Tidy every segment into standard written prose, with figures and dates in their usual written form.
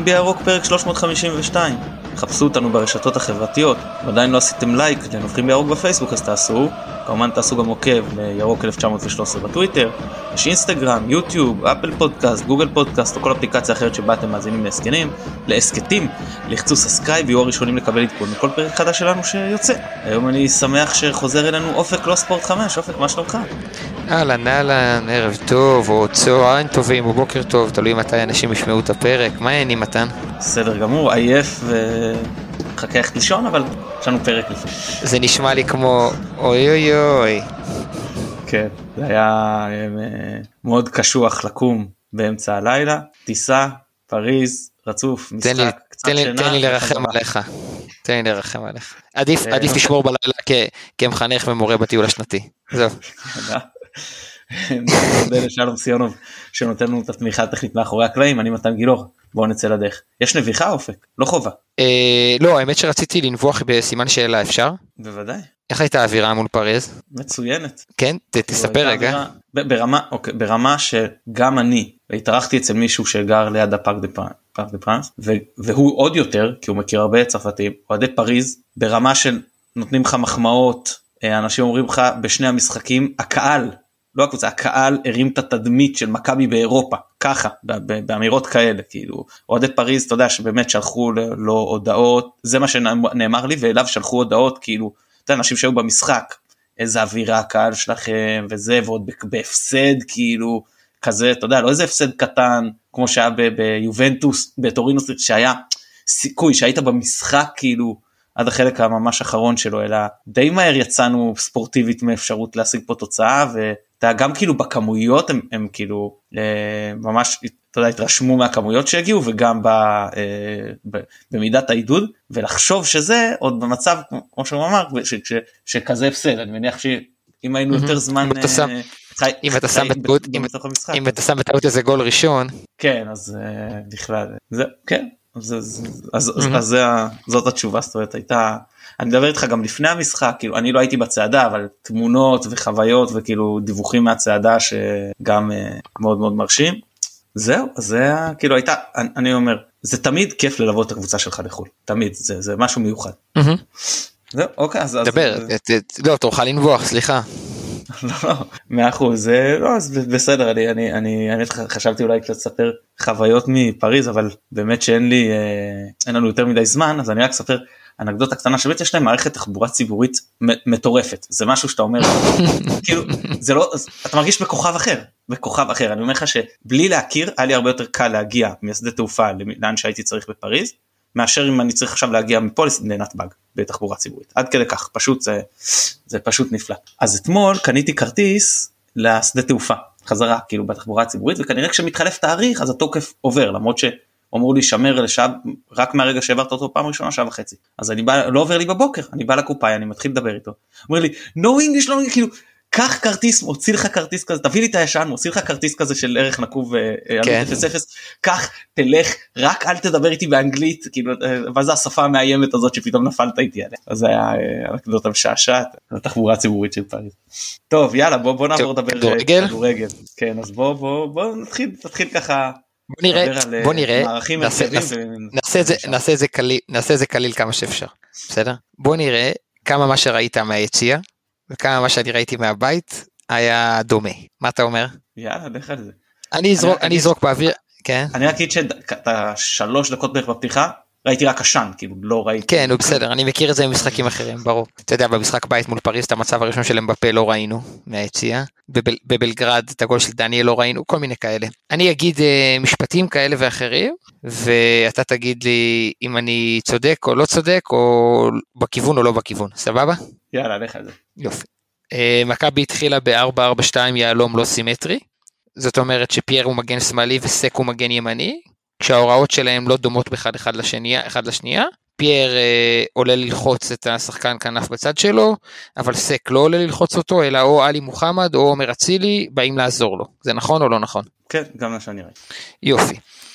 נובחים בירוק פרק 352. חפשו אותנו ברשתות החברתיות. עדיין לא עשיתם לייק לנובחים בירוק בפייסבוק, אז תעשו. כמובן תעשו גם עוקב לירוק 1913 בטוויטר. יש אינסטגרם, יוטיוב, אפל פודקאסט, גוגל פודקאסט או כל אפליקציה אחרת שבה אתם מאזינים להסקטים. לחצו סאבסקרייב ויהיו הראשונים לקבל עדכון מכל פרק חדש שלנו שיוצא. היום אני שמח שחוזר אלינו אופק לא ספורט 5. אופק, מה שלומך? אהלן, ערב טוב, או צהריים טובים, או בוקר טוב, תלוי מתי אנשים ישמעו את הפרק. מה העניינים מתן? בסדר גמור, עייף וחכה איך לישון, אבל יש לנו פרק לפני. זה נשמע לי כמו אוי אוי אוי. כן, זה היה מאוד קשוח לקום באמצע הלילה, טיסה, פריז, רצוף, משחק, קצת שינה. תן לי לרחם עליך. תן לי לרחם עליך. עדיף לשמור בלילה כמחנך ומורה בטיול השנתי. זהו. תודה לשלום סיונוב שנותן לנו את התמיכה הטכנית מאחורי הקלעים. אני מתן גילור, בואו נצא לדרך. יש נביחה אופק? לא חובה. לא, האמת שרציתי לנבוח בסימן שאלה, אפשר? בוודאי. איך הייתה האווירה מול פריז? מצוינת. כן, תספר רגע. ברמה שגם אני התארחתי אצל מישהו שגר ליד הפארק דה פרנס, והוא עוד יותר, כי הוא מכיר הרבה צרפתים, אוהדי פריז, ברמה של נותנים לך מחמאות, אנשים אומרים לך בשני המשחקים, הקהל, לא הקבוצה, הקהל הרים את התדמית של מכבי באירופה, ככה, באמירות כאלה, כאילו, אוהדי פריז, אתה יודע, שבאמת שלחו לו הודעות, זה מה שנאמר לי, ואליו שלחו הודעות, כאילו, אתה יודע, אנשים שהיו במשחק, איזה אווירה הקהל שלכם, וזה, ועוד בהפסד, כאילו, כזה, אתה יודע, לא איזה הפסד קטן, כמו שהיה ביובנטוס, בטורינוס, שהיה סיכוי, שהיית במשחק, כאילו, עד החלק הממש האחרון שלו, אלא די מהר יצאנו ספורטיבית מאפשרות להשיג פה תוצאה, ואתה גם כאילו בכמויות, הם כאילו ממש, אתה יודע, התרשמו מהכמויות שהגיעו, וגם במידת העידוד, ולחשוב שזה עוד במצב, כמו שהוא אמר, שכזה הפסד, אני מניח שאם היינו יותר זמן, אם אתה שם בטעות איזה גול ראשון, כן, אז בכלל, זה, כן, אז זאת התשובה. זאת אומרת, הייתה, אני מדבר איתך גם לפני המשחק, כאילו אני לא הייתי בצעדה, אבל תמונות וחוויות וכאילו דיווחים מהצעדה שגם מאוד מאוד מרשים. זהו, זה כאילו הייתה, אני אומר, זה תמיד כיף ללוות את הקבוצה שלך לחול, תמיד, זה משהו מיוחד. זהו, אוקיי, אז דבר, לא, תוכל לנבוח, סליחה. לא, 100%, לא, אז בסדר, אני חשבתי אולי קצת לספר חוויות מפריז, אבל באמת שאין לנו יותר מדי זמן, אז אני רק אספר אנקדוטה קטנה, שבאמת יש להם מערכת תחבורה ציבורית מטורפת, זה משהו שאתה אומר, כאילו, זה לא, אתה מרגיש בכוכב אחר, אני אומר לך שבלי להכיר, היה לי הרבה יותר קל להגיע משדה תעופה לאן שהייתי צריך בפריז, מאשר אם אני צריך עכשיו להגיע מפה לנתב"ג בתחבורה ציבורית, עד כדי כך, פשוט זה פשוט נפלא. אז אתמול קניתי כרטיס לשדה תעופה, חזרה כאילו בתחבורה הציבורית, וכנראה כשמתחלף תאריך אז התוקף עובר, למרות שאמרו לי שמר לשעה, רק מהרגע שהעברת אותו פעם ראשונה, שעה וחצי, אז אני בא, לא עובר לי בבוקר, אני בא לקופאי, אני מתחיל לדבר איתו, אומר לי, no English, לא, כאילו, קח כרטיס, מוציא לך כרטיס כזה, תביא לי את הישן, מוציא לך כרטיס כזה של ערך נקוב 0.0, קח, תלך, רק אל תדבר איתי באנגלית, כאילו, ואז השפה המאיימת הזאת שפתאום נפלת איתי עליה. אז זה היה אנקדוטה משעשעת, התחבורה הציבורית של פריז. טוב, יאללה, בוא נעבור לדבר כדורגל. כן, אז בוא נתחיל ככה, בוא נראה, מערכים נעשה את זה קליל כמה שאפשר, בסדר? בוא נראה כמה מה שראית מהיציאה, וכמה מה שאני ראיתי מהבית היה דומה. מה אתה אומר? יאללה, לך על זה. אני אזרוק באוויר, כן? אני רק אגיד שאתה 3 דקות בערך בפתיחה, ראיתי רק עשן, כאילו לא ראיתי. כן, הוא בסדר, אני מכיר את זה במשחקים אחרים, ברור. אתה יודע, במשחק בית מול פריז, את המצב הראשון של אמבפה לא ראינו מהיציאה, בבלגרד את הגול של דניאל לא ראינו, כל מיני כאלה. אני אגיד משפטים כאלה ואחרים, ואתה תגיד לי אם אני צודק או לא צודק, או בכיוון או לא בכיוון, סבבה? יאללה, לך על זה. יופי. מכבי התחילה ב-4-4-2 יעלום לא סימטרי, זאת אומרת שפייר הוא מגן שמאלי וסק הוא מגן ימני, כשההוראות שלהם לא דומות אחד לשנייה, פייר עולה ללחוץ את השחקן כנף בצד שלו, אבל סק לא עולה ללחוץ אותו, אלא או עלי מוחמד או עומר אצילי באים לעזור לו, זה נכון או לא נכון? כן, גם מה שאני ראיתי. יופי,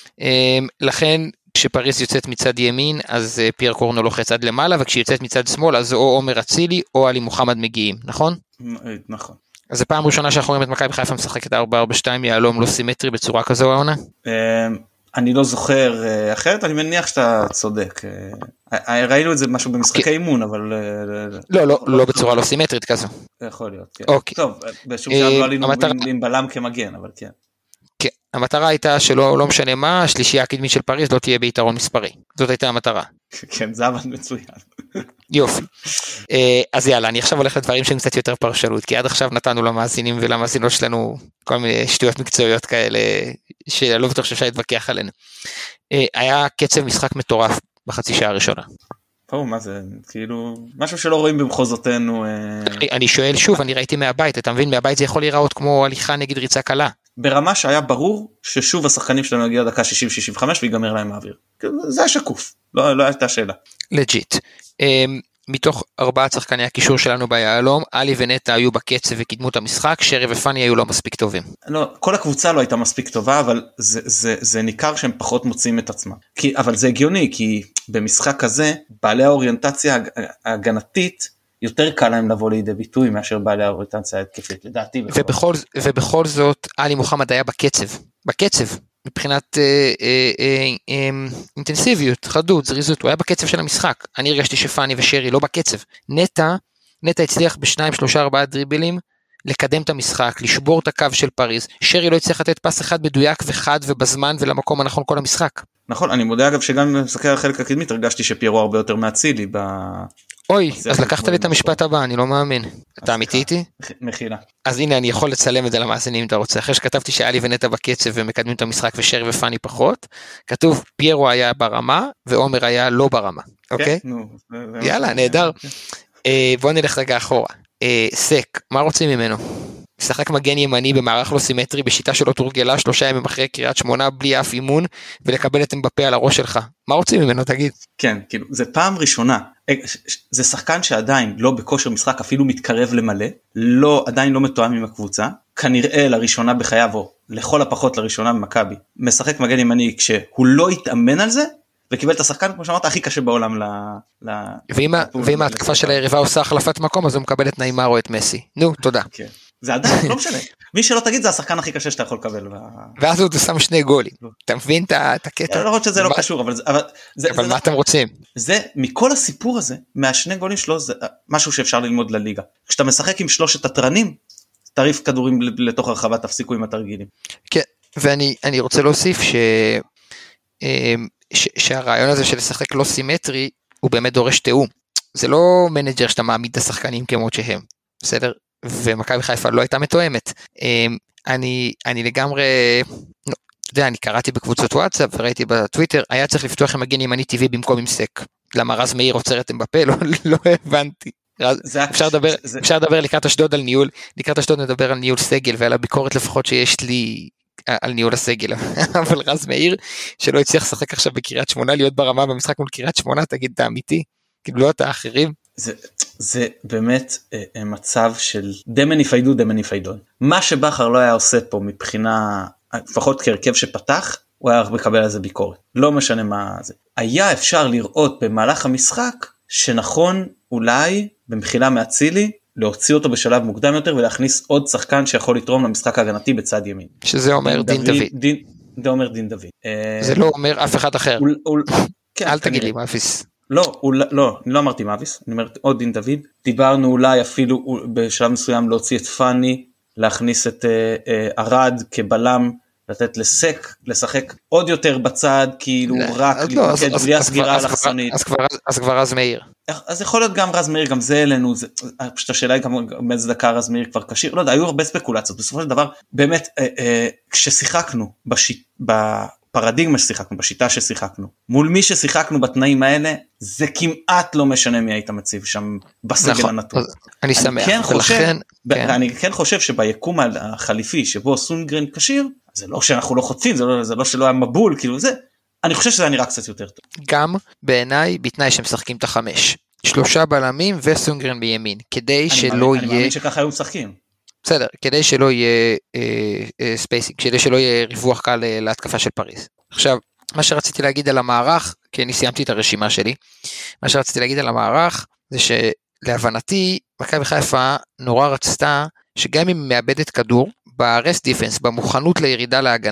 לכן כשפריז יוצאת מצד ימין, אז פייר קורנו לוחץ עד למעלה, וכשהיא יוצאת מצד שמאל, אז או עומר אצילי או עלי מוחמד מגיעים, נכון? נכון. אז זו פעם ראשונה שאנחנו רואים את מכבי חיפה משחקת 4-4-2 יעלום לא סימטרי בצורה כזו העונה? אני לא זוכר אחרת, אני מניח שאתה צודק. ראינו את זה משהו במשחקי אימון, אבל... לא בצורה לא סימטרית כזו. יכול להיות, כן. אוקיי. טוב, בשום שלב לא עלינו עם בלם כמגן, אבל כן. כן, המטרה הייתה שלא משנה מה, השלישייה הקדמית של פריז לא תהיה ביתרון מספרי. זאת הייתה המטרה. כן, זה עבד מצוין. יופי. אז יאללה, אני עכשיו הולך לדברים שהם קצת יותר פרשנות, כי עד עכשיו נתנו למאזינים ולמאזינות שלנו כל מיני שטויות מקצועיות כאלה, שלא בטוח שאפשר להתווכח עליהן. היה קצב משחק מטורף בחצי שעה הראשונה. מה זה, כאילו, משהו שלא רואים במחוזותינו. אני שואל שוב, אני ראיתי מהבית, אתה מבין, מהבית זה יכול להיראות כמו הליכה נגד ריצה קלה. ברמה שהיה ברור ששוב השחקנים שלנו יגיע דקה 60-65 ויגמר להם האוויר. זה היה שקוף, לא הייתה שאלה. לג'יט. מתוך 4 שחקני הקישור שלנו ביהלום, אלי ונטע היו בקצב וקידמו את המשחק, שרי ופני היו לא מספיק טובים. לא, כל הקבוצה לא הייתה מספיק טובה, אבל זה ניכר שהם פחות מוצאים את עצמם. אבל זה הגיוני, כי במשחק הזה, בעלי האוריינטציה ההגנתית, יותר קל להם לבוא לידי ביטוי, מאשר בעלי האוריינטציה ההתקפית, לדעתי. ובכל זאת, אלי מוחמד היה בקצב, מבחינת אינטנסיביות, חדות, זריזות, הוא היה בקצב של המשחק. אני הרגשתי שפני ושרי לא בקצב. נטע הצליח ב2-3-4 דריבלים, לקדם את המשחק, לשבור את הקו של פריז. שרי לא הצליח לתת פס אחד מדויק וחד ובזמן ולמקום הנכון כל המשחק. נכון, אני מודה אגב שגם במסקר החלק הקדמית, הרגשתי שפיירו הרבה יותר מהצילי. אוי, אז לקחת לי את המשפט הבא, אני לא מאמין. אתה אמיתי איתי? מחילה. אז הנה, אני יכול לצלם את זה למאזינים אם אתה רוצה. אחרי שכתבתי שאלי ונטע בקצב ומקדמים את המשחק ושרי ופני פחות, כתוב פיירו היה ברמה ועומר היה לא ברמה. אוקיי? יאללה, נהדר. בוא נלך רגע אחורה. סק, מה רוצים ממנו? משחק מגן ימני במערך לא סימטרי בשיטה שלא תורגלה 3 ימים אחרי קריית שמונה בלי אף אימון ולקבל את אמבפה על הראש שלך. מה רוצים ממנו תגיד? כן, כאילו, זה פעם ראשונה. זה שחקן שעדיין לא בכושר משחק אפילו מתקרב למלא, עדיין לא מתואם עם הקבוצה, כנראה לראשונה בחייו או לכל הפחות לראשונה במכבי, משחק מגן ימני כשהוא לא התאמן על זה, וקיבל את השחקן כמו שאמרת הכי קשה בעולם ואם ההתקפה של היריבה עושה החלפת מקום אז הוא מקבל את ניימר או את מסי. נו, תודה. זה עדיין לא משנה, מי שלא תגיד זה השחקן הכי קשה שאתה יכול לקבל. ואז הוא שם 2 גולים, אתה מבין את הקטע? לא רוצה שזה לא קשור, אבל מה אתם רוצים? זה מכל הסיפור הזה, מה2 גולים שלו זה משהו שאפשר ללמוד לליגה. כשאתה משחק עם 3 התרנים, תריף כדורים לתוך הרחבה, תפסיקו עם התרגילים. כן, ואני רוצה להוסיף שהרעיון הזה של לשחק לא סימטרי, הוא באמת דורש תיאום. זה לא מנג'ר שאתה מעמיד את השחקנים כמות שהם, בסדר? ומכבי חיפה לא הייתה מתואמת. אני לגמרי, אני קראתי בקבוצות וואטסאפ וראיתי בטוויטר, היה צריך לפתוח עם מגן ימני טבעי במקום עם סק. למה רז מאיר עוצר את אמבפה? לא הבנתי. אפשר לדבר לקראת אשדוד על ניהול, לקראת אשדוד נדבר על ניהול סגל ועל הביקורת לפחות שיש לי על ניהול הסגל, אבל רז מאיר שלא הצליח לשחק עכשיו בקריית שמונה להיות ברמה במשחק מול קריית שמונה, תגיד אתה אמיתי? כאילו לא אתה האחרים? זה באמת מצב של דמני פיידון. מה שבחר לא היה עושה פה מבחינה, לפחות כהרכב שפתח, הוא היה מקבל על זה ביקורת. לא משנה מה זה. היה אפשר לראות במהלך המשחק, שנכון אולי במחילה מהצילי, להוציא אותו בשלב מוקדם יותר, ולהכניס עוד שחקן שיכול לתרום למשחק ההגנתי בצד ימין. שזה אומר דין דוד. זה אומר דין דוד. זה לא אומר אף אחד אחר. אל תגיד לי מאפיס. לא, אני לא אמרתי מאביס, אני אומר עוד דין דוד, דיברנו אולי אפילו בשלב מסוים להוציא את פני, להכניס את ארד כבלם, לתת לסק, לשחק עוד יותר בצד, כאילו רק להתמקד בלי הסגירה אלכסונית. אז כבר רז מאיר. אז יכול להיות גם רז מאיר, גם זה אלינו, פשוט השאלה היא גם באיזה דקה רז מאיר כבר קשיר, לא יודע, היו הרבה ספקולציות, בסופו של דבר, באמת, כששיחקנו בפרדיגמה ששיחקנו, בשיטה ששיחקנו, מול מי ששיחקנו בתנאים האלה, זה כמעט לא משנה מי היית מציב שם בסגל הנתון. אני שמח, אני כן חושב שביקום החליפי שבו סונגרן קשיר, זה לא שאנחנו לא חוצים, זה לא שלא היה מבול, כאילו זה, אני חושב שזה נראה קצת יותר טוב. גם בעיניי, בתנאי שמשחקים את 5, 3 בלמים וסונגרן בימין, כדי שלא יהיה... אני מאמין שככה היו משחקים. בסדר, כדי שלא יהיה ספייסינג, כדי שלא יהיה ריווח קל להתקפה של פריז. עכשיו, מה שרציתי להגיד על המערך, כי אני סיימתי את הרשימה שלי, מה שרציתי להגיד על המערך, זה שלהבנתי, מכבי חיפה נורא רצתה, שגם אם מאבדת כדור, ברסט דיפנס, במוכנות לירידה להגנה,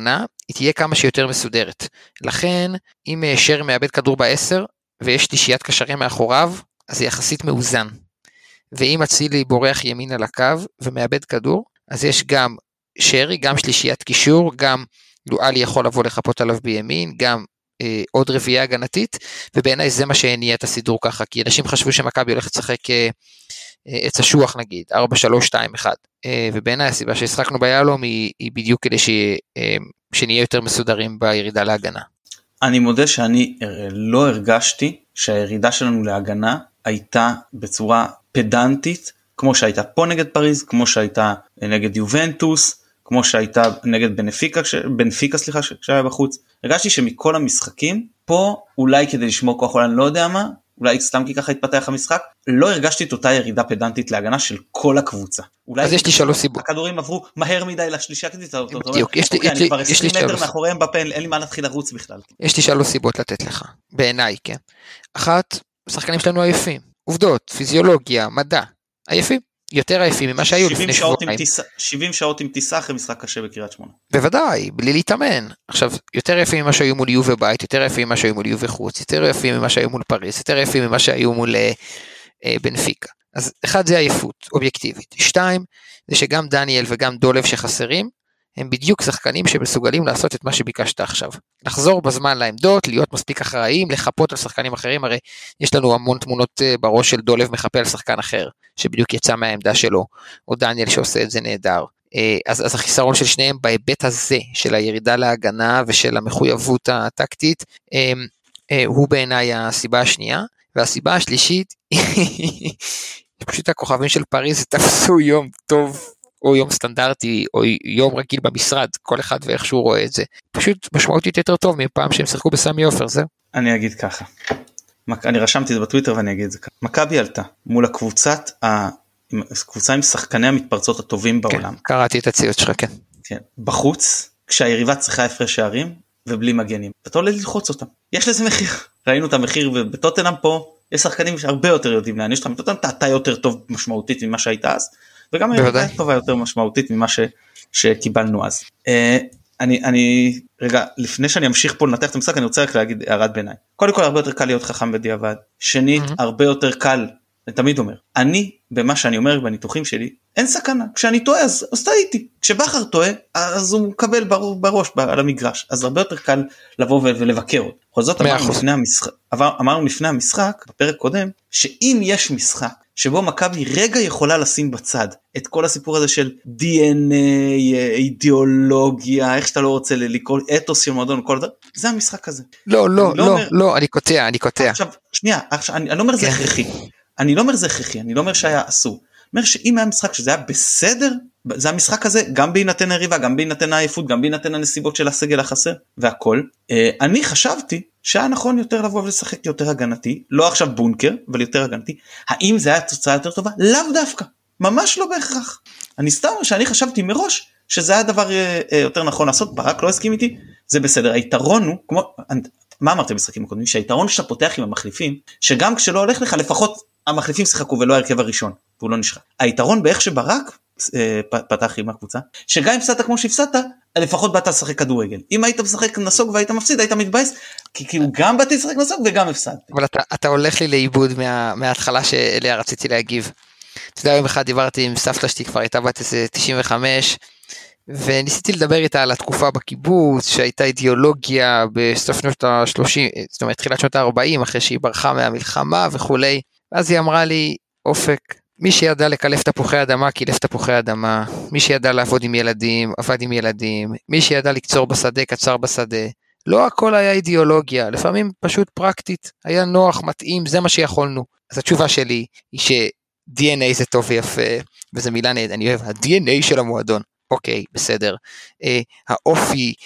היא תהיה כמה שיותר מסודרת. לכן, אם שרי מאבד כדור ב10, ויש תשיית קשרים מאחוריו, אז זה יחסית מאוזן. ואם אצילי בורח ימין על הקו, ומאבד כדור, אז יש גם שרי, גם שלישיית קישור, גם לואלי יכול לבוא לחפות עליו בימין, גם עוד רביעייה הגנתית, ובעיניי זה מה שהניע את הסידור ככה, כי אנשים חשבו שמכבי הולכת לשחק עץ השוח נגיד, 4-3-2-1, ובעיניי הסיבה שהשחקנו ביהלום היא בדיוק כדי שנהיה יותר מסודרים בירידה להגנה. אני מודה שאני לא הרגשתי שהירידה שלנו להגנה הייתה בצורה פדנטית, כמו שהייתה פה נגד פריז, כמו שהייתה נגד יובנטוס, כמו שהייתה נגד בנפיקה כשהיה בחוץ. הרגשתי שמכל המשחקים, פה אולי כדי לשמור כוח, אולי אני לא יודע מה, אולי סתם כי ככה התפתח המשחק, לא הרגשתי את אותה ירידה פדנטית להגנה של כל הקבוצה. אז יש לי 3 סיבות. הכדורים עברו מהר מדי לשלישיה כזאת, בדיוק, אני כבר 20 מטר מאחוריהם בפן, אין לי מה להתחיל לרוץ בכלל. יש לי 3 סיבות לתת לך, בעיניי, כן. אחת, השחקנים שלנו עייפים, עובדות, פיזיולוגיה, מדע, עייפים. יותר עייפים ממה שהיו לפני שבועיים. 70 שעות עם טיסה אחרי משחק קשה בקריית שמונה. בוודאי, בלי להתאמן. עכשיו, יותר יפים ממה שהיו מול יובה בית, יותר יפים ממה שהיו מול יובה חוץ, יותר יפים ממה שהיו מול פריז, יותר יפים ממה שהיו מול בנפיקה. אז אחד זה עייפות אובייקטיבית. 2, זה שגם דניאל וגם דולב שחסרים, הם בדיוק שחקנים שמסוגלים לעשות את מה שביקשת עכשיו. לחזור בזמן לעמדות, להיות מספיק אחראיים, לחפות על שחקנים אחרים, הרי יש לנו המון תמונות בראש של דולב מחפה על שחקן אחר, שבדיוק יצא מהעמדה שלו, או דניאל שעושה את זה נהדר. אז החיסרון של שניהם בהיבט הזה, של הירידה להגנה ושל המחויבות הטקטית, הוא בעיניי הסיבה השנייה, והסיבה השלישית, פשוט הכוכבים של פריז תפסו יום טוב, או יום סטנדרטי, או יום רגיל במשרד, כל אחד ואיך שהוא רואה את זה. פשוט משמעותית יותר טוב מפעם שהם שיחקו בסמי עופר, זהו. אני אגיד ככה, אני רשמתי את זה בטוויטר ואני אגיד את זה ככה. מכבי עלתה מול הקבוצה עם שחקני המתפרצות הטובים בעולם. כן, קראתי את הציוץ שלך, כן. כן, בחוץ, כשהיריבה צריכה הפרש שערים, ובלי מגנים. אתה עולה ללחוץ אותם. יש לזה מחיר. ראינו את המחיר, ובטוטנהאם פה, יש שחקנים שהרבה יותר יודעים להניש אותם. בטוטנהאם אתה יותר טוב משמעותית ממה שהיית אז, וגם היריבה טובה יותר משמעותית ממה שקיבלנו אז. אני רגע, לפני שאני אמשיך פה לנתח את המשחק, אני רוצה רק להגיד הערת ביניים. קודם כל, הרבה יותר קל להיות חכם בדיעבד. שנית, הרבה יותר קל, אני תמיד אומר, אני, במה שאני אומר בניתוחים שלי, אין סכנה. כשאני טועה, אז טעיתי. כשבחר טועה, אז הוא מקבל בראש על המגרש. אז הרבה יותר קל לבוא ולבקר אותו. בכל זאת, אמרנו לפני המשחק, בפרק קודם, שאם יש משחק, שבו מכבי רגע יכולה לשים בצד את כל הסיפור הזה של DNA, אידיאולוגיה, איך שאתה לא רוצה לקרוא, אתוס של מועדון, כל זה, זה המשחק הזה. לא, אני קוטע. עכשיו, שנייה, אני לא אומר זה הכרחי. אני לא אומר שהיה אסור. אני אומר שאם היה משחק שזה היה בסדר, זה המשחק הזה, גם בהינתן היריבה, גם בהינתן העייפות, גם בהינתן הנסיבות של הסגל החסר, והכל. אני חשבתי שהיה נכון יותר לבוא ולשחק יותר הגנתי, לא עכשיו בונקר, אבל יותר הגנתי. האם זה היה תוצאה יותר טובה? לאו דווקא. ממש לא בהכרח. אני סתם שאני חשבתי מראש, שזה היה דבר יותר נכון לעשות, ברק לא הסכים איתי, זה בסדר. היתרון הוא, כמו, מה אמרתם במשחקים הקודמים? שהיתרון שאתה פותח עם המחליפים, שגם כשלא הולך לך, לפחות המחליפים שיחקו ולא הרכב הראשון, והוא לא נשחק. היתרון באיך שברק פתח עם הקבוצה, שגם אם הפסדת כמו שהפסדת, לפחות באת לשחק כדורגל. אם היית משחק נסוג והיית מפסיד, היית מתבאס, כי כאילו גם באתי לשחק נסוג וגם הפסדתי. אבל אתה הולך לי לאיבוד מההתחלה שאליה רציתי להגיב. אתה יודע, יום אחד דיברתי עם סבתא שלי, כבר הייתה בת איזה 95, וניסיתי לדבר איתה על התקופה בקיבוץ, שהייתה אידיאולוגיה בסוף שנות ה-30, זאת אומרת, תחילת שנות ה-40, אחרי שהיא ברחה מהמלחמה וכולי, אז היא אמרה לי, אופק, מי שידע לקלף תפוחי אדמה, קילף תפוחי אדמה, מי שידע לעבוד עם ילדים, עבד עם ילדים, מי שידע לקצור בשדה, קצר בשדה, לא הכל היה אידיאולוגיה, לפעמים פשוט פרקטית, היה נוח, מתאים, זה מה שיכולנו. אז התשובה שלי היא ש-DNA זה טוב ויפה, וזה מילה נהד, אני אוהב, ה-DNA של המועדון. אוקיי, בסדר. האופי,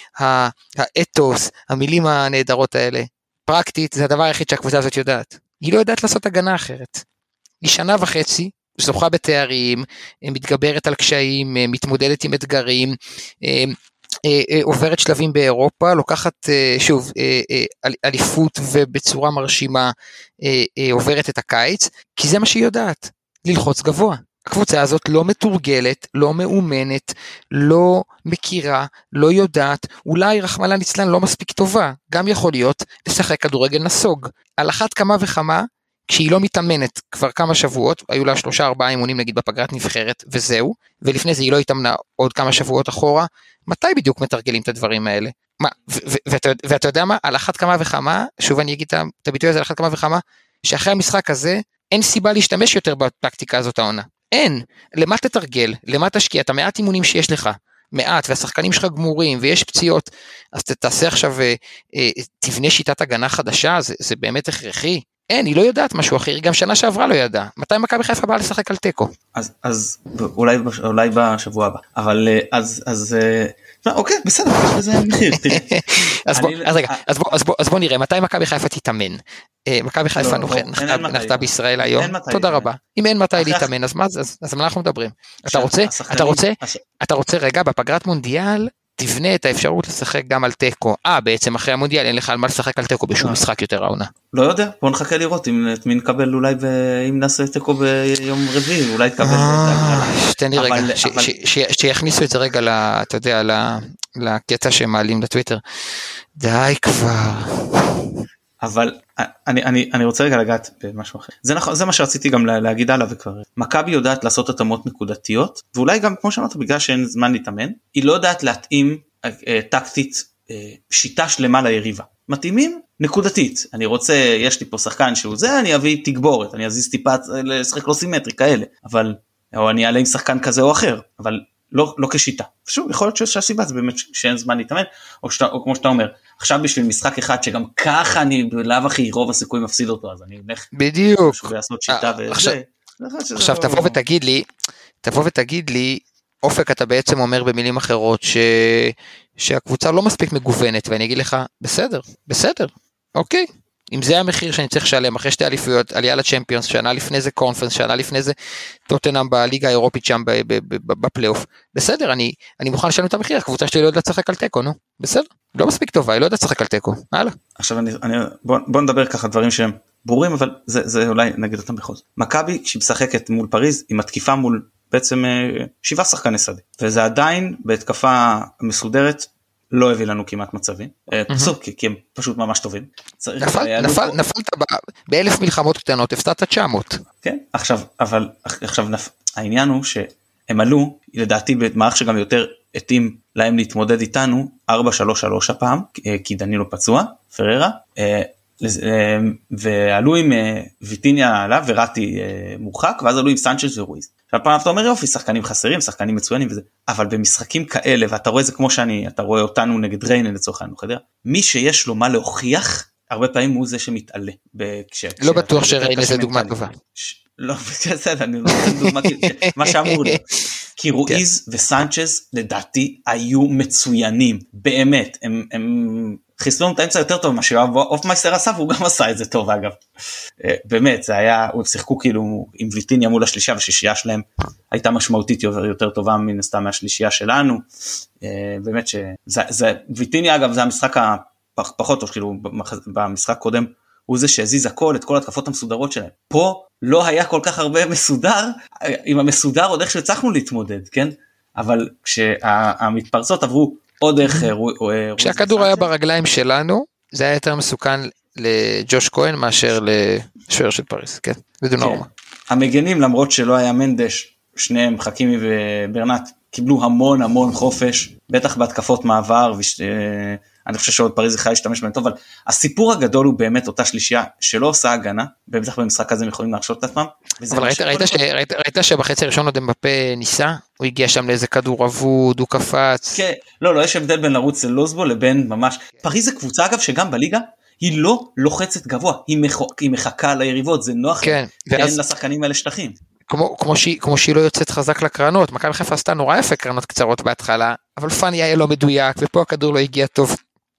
האתוס, המילים הנהדרות האלה, פרקטית, זה הדבר היחיד שהקבוצה הזאת יודעת. היא לא יודעת לעשות הגנה אחרת. היא 1.5 שנה, זוכה בתארים, מתגברת על קשיים, מתמודדת עם אתגרים, עוברת שלבים באירופה, לוקחת שוב אליפות ובצורה מרשימה עוברת את הקיץ, כי זה מה שהיא יודעת, ללחוץ גבוה. הקבוצה הזאת לא מתורגלת, לא מאומנת, לא מכירה, לא יודעת, אולי רחמנא ליצלן לא מספיק טובה, גם יכול להיות לשחק כדורגל נסוג. על אחת כמה וכמה, כשהיא לא מתאמנת כבר כמה שבועות, היו לה 3-4 אימונים נגיד בפגרת נבחרת, וזהו, ולפני זה היא לא התאמנה עוד כמה שבועות אחורה, מתי בדיוק מתרגלים את הדברים האלה? ואתה יודע מה? על אחת כמה וכמה, שוב אני אגיד את הביטוי הזה, על אחת כמה וכמה, שאחרי המשחק הזה, אין סיבה להשתמש יותר בטקטיקה הזאת העונה. אין. למה תתרגל? למה תשקיע? את המעט אימונים שיש לך, מעט, והשחקנים שלך גמורים, ויש פציעות, אז תעשה עכשיו, תבנה שיטת הגנה חדשה, זה באמת הכרחי. אין, היא לא יודעת משהו אחר, גם שנה שעברה לא ידעה. מתי מכבי חיפה באה לשחק על טקו? אז אולי בשבוע הבא. אבל אז אוקיי, בסדר, יש לזה מחיר. אז בוא נראה, מתי מכבי חיפה תתאמן? מכבי חיפה נחתה בישראל היום. תודה רבה. אם אין מתי להתאמן, אז מה אנחנו מדברים? אתה רוצה רגע בפגרת מונדיאל, תבנה את האפשרות לשחק גם על טקו. בעצם אחרי המונדיאל אין לך על מה לשחק על טקו בשום משחק יותר העונה. לא יודע, בוא נחכה לראות את מי נקבל אולי, אם נעשה טקו ביום רביעי, אולי תקבל. תן לי רגע, שיכניסו את זה רגע, אתה יודע, לקטע שהם מעלים לטוויטר. די כבר. אבל אני רוצה רגע לגעת במשהו אחר. זה מה שרציתי גם להגיד עליו וכבר. מכבי יודעת לעשות התאמות נקודתיות, ואולי גם כמו שאמרת, בגלל שאין זמן להתאמן, היא לא יודעת להתאים טקטית שיטה שלמה ליריבה. מתאימים נקודתית. אני רוצה, יש לי פה שחקן שהוא זה, אני אביא תגבורת, אני אזיז טיפה לשחק לא סימטרי כאלה, אבל, או אני אעלה עם שחקן כזה או אחר, אבל לא כשיטה. שוב, יכול להיות שהסיבה זה באמת שאין זמן להתאמן, או כמו שאתה אומר, עכשיו בשביל משחק אחד שגם ככה אני בלאו הכי רוב הסיכוי מפסיד אותו, אז אני אלך בדיוק לעשות שיטה וזה. עכשיו תבוא ותגיד לי, אופק אתה בעצם אומר במילים אחרות שהקבוצה לא מספיק מגוונת, ואני אגיד לך, בסדר, אוקיי. אם זה המחיר שאני צריך לשלם, אחרי שתי אליפויות, עלייה לצ'מפיונס, שנה לפני זה קונפרנס, שנה לפני זה טוטנהאם בליגה האירופית שם בפלייאוף, בסדר, אני מוכן לשלם את המחיר, הקבוצה שלי לא יודעת לשחק על טקו, נו, בסדר, לא מספיק טובה, היא לא יודעת לשחק על טקו, הלאה. עכשיו בוא נדבר ככה דברים שהם ברורים, אבל זה אולי נגיד אותם בכל זאת. מכבי כשהיא משחקת מול פריז, היא מתקיפה מול בעצם 7 שחקני שדה, וזה עדיין בהתקפה מסודרת, לא הביא לנו כמעט מצבים, כי הם פשוט ממש טובים. נפלת ב1000 מלחמות קטנות, הפסדת 900. כן, עכשיו העניין הוא שהם עלו, לדעתי במערך שגם יותר התאים להם להתמודד איתנו, 4-3-3 הפעם, כי דנילו פצוע, פררה, ועלו עם ויטיניה עליו וראטי מורחק, ואז עלו עם סנצ'ז ורואיז. עכשיו פעם אתה אומר יופי, שחקנים חסרים, שחקנים מצוינים וזה, אבל במשחקים כאלה, ואתה רואה זה כמו אתה רואה אותנו נגד ריינן לצורך העניין, מי שיש לו מה להוכיח, הרבה פעמים הוא זה שמתעלה. לא בטוח שריינן זה דוגמה טובה. לא, בסדר, אני לא נותן דוגמה, מה שאמור לי. כי רואיז וסנצ'ז לדעתי היו מצוינים, באמת, הם חיסלו את האמצע יותר טוב מה שאופמייסטר עשה, והוא גם עשה את זה טוב אגב. באמת, זה היה, הוא שיחקו כאילו עם ויטיניה מול השלישייה, והשלישייה שלהם הייתה משמעותית יותר טובה מן הסתם מהשלישייה שלנו. באמת ויטיניה אגב זה המשחק הפחות טוב, כאילו במשחק קודם, הוא זה שהזיז הכל, את כל התקפות המסודרות שלהם. פה לא היה כל כך הרבה מסודר, עם המסודר עוד איך שהצלחנו להתמודד, כן? אבל כשהמתפרצות עברו עוד דרך כשהכדור היה ברגליים שלנו, זה היה יותר מסוכן לג'וש כהן מאשר לשוער של פריז, כן, בדון נורמה. המגנים, למרות שלא היה מנדש, שניהם חכימי וברנט, קיבלו המון חופש, בטח בהתקפות מעבר, אני חושב שעוד פריז יכולה להשתמש בהם טוב, אבל הסיפור הגדול הוא באמת אותה שלישייה שלא עושה הגנה, בטח במשחק הזה הם יכולים להרשות את עצמם. אבל ראית שבחצי הראשון עוד אמבפה ניסה, הוא הגיע שם לאיזה כדור אבוד, הוא קפץ. כן, לא, יש הבדל בין לרוץ ללוזבו לבין ממש, פריז זה קבוצה אגב שגם בליגה, היא לא לוחצת גבוה, היא מחכה ליריבות, זה נוח, ואין לשחקנים האלה שטחים. כמו שהיא לא יוצאת חזק לקרנות, מכבי חיפה עשתה נורא יפה קרנות קצרות בהתחלה, אבל פאני היה לא מדויק, ופה הכדור לא הגיע טוב,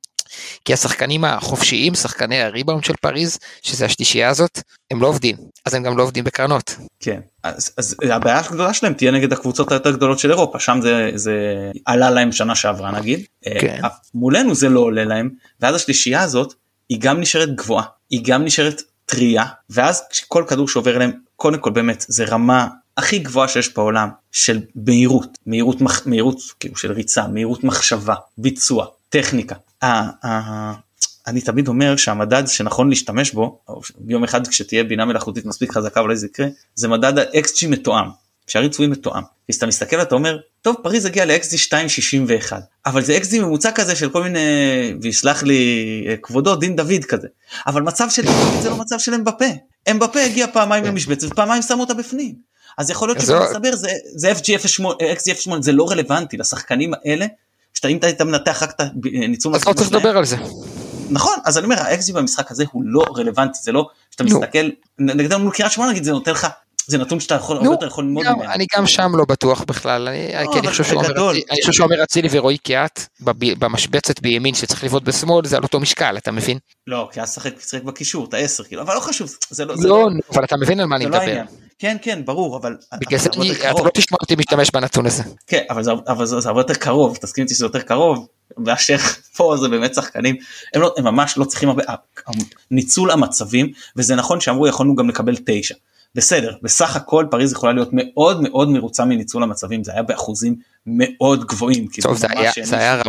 כי השחקנים החופשיים, שחקני הריבאונד של פריז, שזה השלישייה הזאת, הם לא עובדים, אז הם גם לא עובדים בקרנות. כן, אז הבעיה הגדולה שלהם תהיה נגד הקבוצות היותר גדולות של אירופה, שם זה עלה להם שנה שעברה נגיד, מולנו זה לא עולה להם, ואז השלישייה הזאת, היא גם נשארת גבוהה, היא גם נשארת טריה, ואז כל כדור שעובר אליהם, קודם כל באמת, זה רמה הכי גבוהה שיש בעולם, של מהירות כאילו של ריצה, מהירות מחשבה, ביצוע, טכניקה. אני תמיד אומר שהמדד שנכון להשתמש בו, יום אחד כשתהיה בינה מלאכותית מספיק חזקה אולי זה יקרה, זה מדד ה-XG מתואם, שהריצוי מתואם. כי אתה מסתכל אתה אומר, טוב פריז הגיע ל-XG 2.61, אבל זה XG ממוצע כזה של כל מיני, ויסלח לי כבודו דין דוד כזה, אבל מצב של זה לא מצב של אמבפה הגיע פעמיים למשבצת, ופעמיים שמו אותה בפנים. אז יכול להיות שבמצטבר זה XG08, זה לא רלוונטי לשחקנים האלה, שאם אתה מנתח רק את הניצול, אז לא צריך לדבר על זה. נכון, אז אני אומר, האקזי במשחק הזה הוא לא רלוונטי, זה לא, שאתה מסתכל, נגדנו מול קריית שמונה, נגיד, זה נותן לך, זה נתון שאתה יכול ללמוד ממנו. אני גם שם לא בטוח בכלל, אני חושב שאומר אצילי ורועי קיאט, במשבצת בימין שצריך לבעוט בשמאל, זה על אותו משקל, אתה מבין? לא, קיאט שחק בקישור, אתה 10 כאילו, אבל לא חשוב, זה לא, אבל אתה מבין על מה אני מדבר. כן, ברור, אבל בגלל זה אתה לא תשמע אותי משתמש בנתון הזה. כן, אבל זה הרבה יותר קרוב, תסכים איתי שזה יותר קרוב, והשך פה זה באמת שחקנים, הם ממש לא צריכים הרבה, ניצול המצבים, וזה נכון שאמרו יכולנו גם לקבל 9, בסדר, בסך הכל פריז יכולה להיות מאוד מאוד מרוצה מניצול המצבים, זה היה באחוזים מאוד גבוהים. טוב, זה היה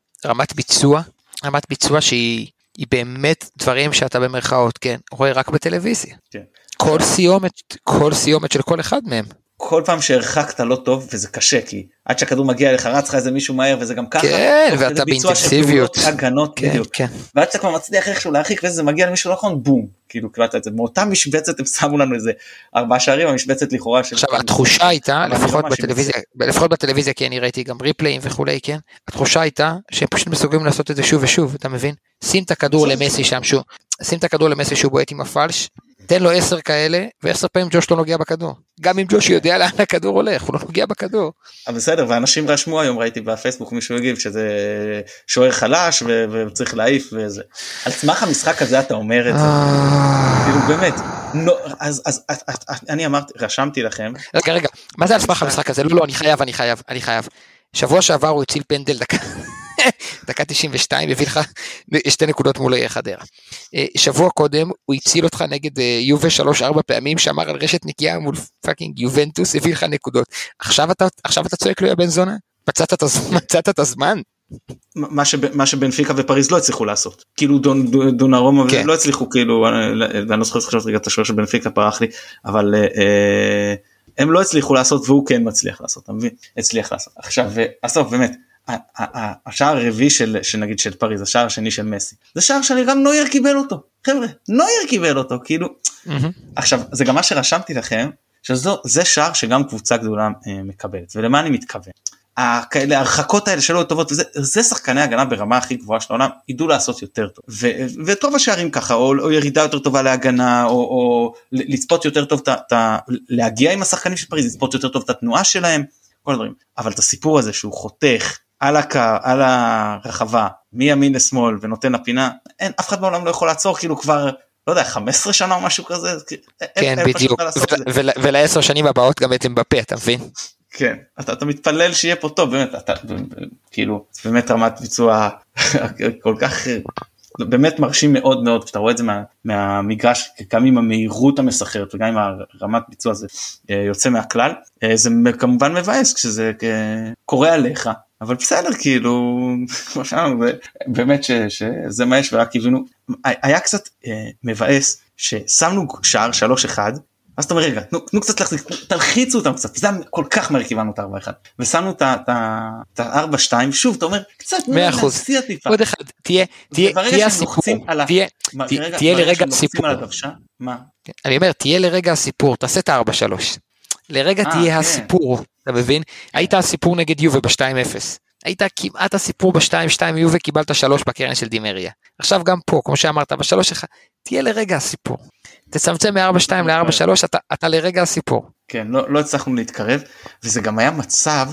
רמת ביצוע שהיא באמת דברים שאתה במרכאות, כן, רואה רק בטלוויזיה. כן. כל סיומת של כל אחד מהם. כל פעם שהרחקת לא טוב, וזה קשה, כי עד שהכדור מגיע לך, רץ לך איזה מישהו מהר, וזה גם ככה. כן, ואתה באינטנסיביות. הגנות, בדיוק. ועד שאתה כבר מצליח איכשהו להרחיק, וזה מגיע למישהו נכון, בום. כאילו, קבלת את זה. מאותה משבצת, הם שמו לנו איזה 4 שערים, המשבצת לכאורה. עכשיו, התחושה הייתה, לפחות בטלוויזיה, כי אני ראיתי גם ריפליים וכולי, כן? התחושה הייתה, שהם פשוט מסוגלים לעשות את זה שוב ושוב, אתה מבין? שים את הכדור למסי שהוא בועט עם הפלש, תן לו 10 כאלה, ו10 פעמים ג'וש לא נוגע בכדור. גם אם ג'וש יודע לאן הכדור הולך, הוא לא נוגע בכדור. בסדר, ואנשים רשמו היום, ראיתי בפייסבוק מישהו הגיב, שזה שוער חלש, וצריך להעיף וזה. על סמך המשחק הזה אתה אומר את זה. כאילו באמת. אז אני אמרתי, רשמתי לכם. רגע, מה זה על סמך המשחק הזה? לא, אני חייב. שבוע שעבר הוא הציל פנדל דקה 92, הביא לך 2 נקודות מול חדרה. שבוע קודם הוא הציל אותך נגד יובה 3-4 פעמים, שאמר על רשת נקייה מול פאקינג יובנטוס, הביא לך נקודות. עכשיו אתה צועק לו יה בן זונה? מצאת את הזמן? מה שבנפיקה ופריז לא הצליחו לעשות. כאילו דונרומה לא הצליחו, כאילו, ואני לא זוכר רגע את השוער של בנפיקה פרח לי, אבל הם לא הצליחו לעשות, והוא כן מצליח לעשות, אתה מבין? הצליח לעשות. עכשיו, הסוף, באמת, השער הרביעי שנגיד של פריז, השער השני של מסי, זה שער שאני גם נויר קיבל אותו, חבר'ה, נויר קיבל אותו, כאילו, עכשיו, זה גם מה שרשמתי לכם, שזה שער שגם קבוצה גדולה מקבלת, ולמה אני מתכוון? ההרחקות האלה שלא טובות, זה שחקני הגנה ברמה הכי גבוהה של העולם, ידעו לעשות יותר טוב, וטוב השערים ככה, או ירידה יותר טובה להגנה, או לצפות יותר טוב, להגיע עם השחקנים של פריז, לצפות יותר טוב את התנועה שלהם, כל הדברים, אבל את הסיפור הזה שהוא חותך על הרחבה, מימין לשמאל ונותן לפינה, אף אחד בעולם לא יכול לעצור, כאילו כבר, לא יודע, 15 שנה או משהו כזה. כן, בדיוק, ול10 שנים הבאות גם אתם בפה, אתה מבין? כן, אתה מתפלל שיהיה פה טוב, באמת, כאילו, באמת רמת ביצוע כל כך, באמת מרשים מאוד מאוד, כשאתה רואה את זה מהמגרש, גם עם המהירות המסחרת, וגם עם הרמת ביצוע הזה יוצא מהכלל, זה כמובן מבאס כשזה קורה עליך, אבל בסדר, כאילו, כמו שאמרנו, באמת שזה מה יש, ורק כיוונו, היה קצת מבאס, ששמנו שער 3-1, אז אתה אומר, רגע, תנו קצת להחזיק, תלחיצו אותם קצת, זה כל כך מהר כיוונו את ה-4-1, ושמנו את ה-4-2, שוב, אתה אומר, קצת, 100%, עוד אחד, תהיה הסיפור, תהיה לרגע הסיפור, אני אומר, תהיה לרגע הסיפור, תעשה את ה-4-3, לרגע תהיה הסיפור, אתה מבין? היית הסיפור נגד יובה ב-2-0, היית כמעט הסיפור ב-2-2 יובה, קיבלת 3 בקרן של דימריה, עכשיו גם פה, כמו שאמרת, ב-3-1, תהיה לרגע הסיפור, תצמצם מ-4-2 ל-4-3, אתה לרגע הסיפור. כן, לא הצלחנו להתקרב, וזה גם היה מצב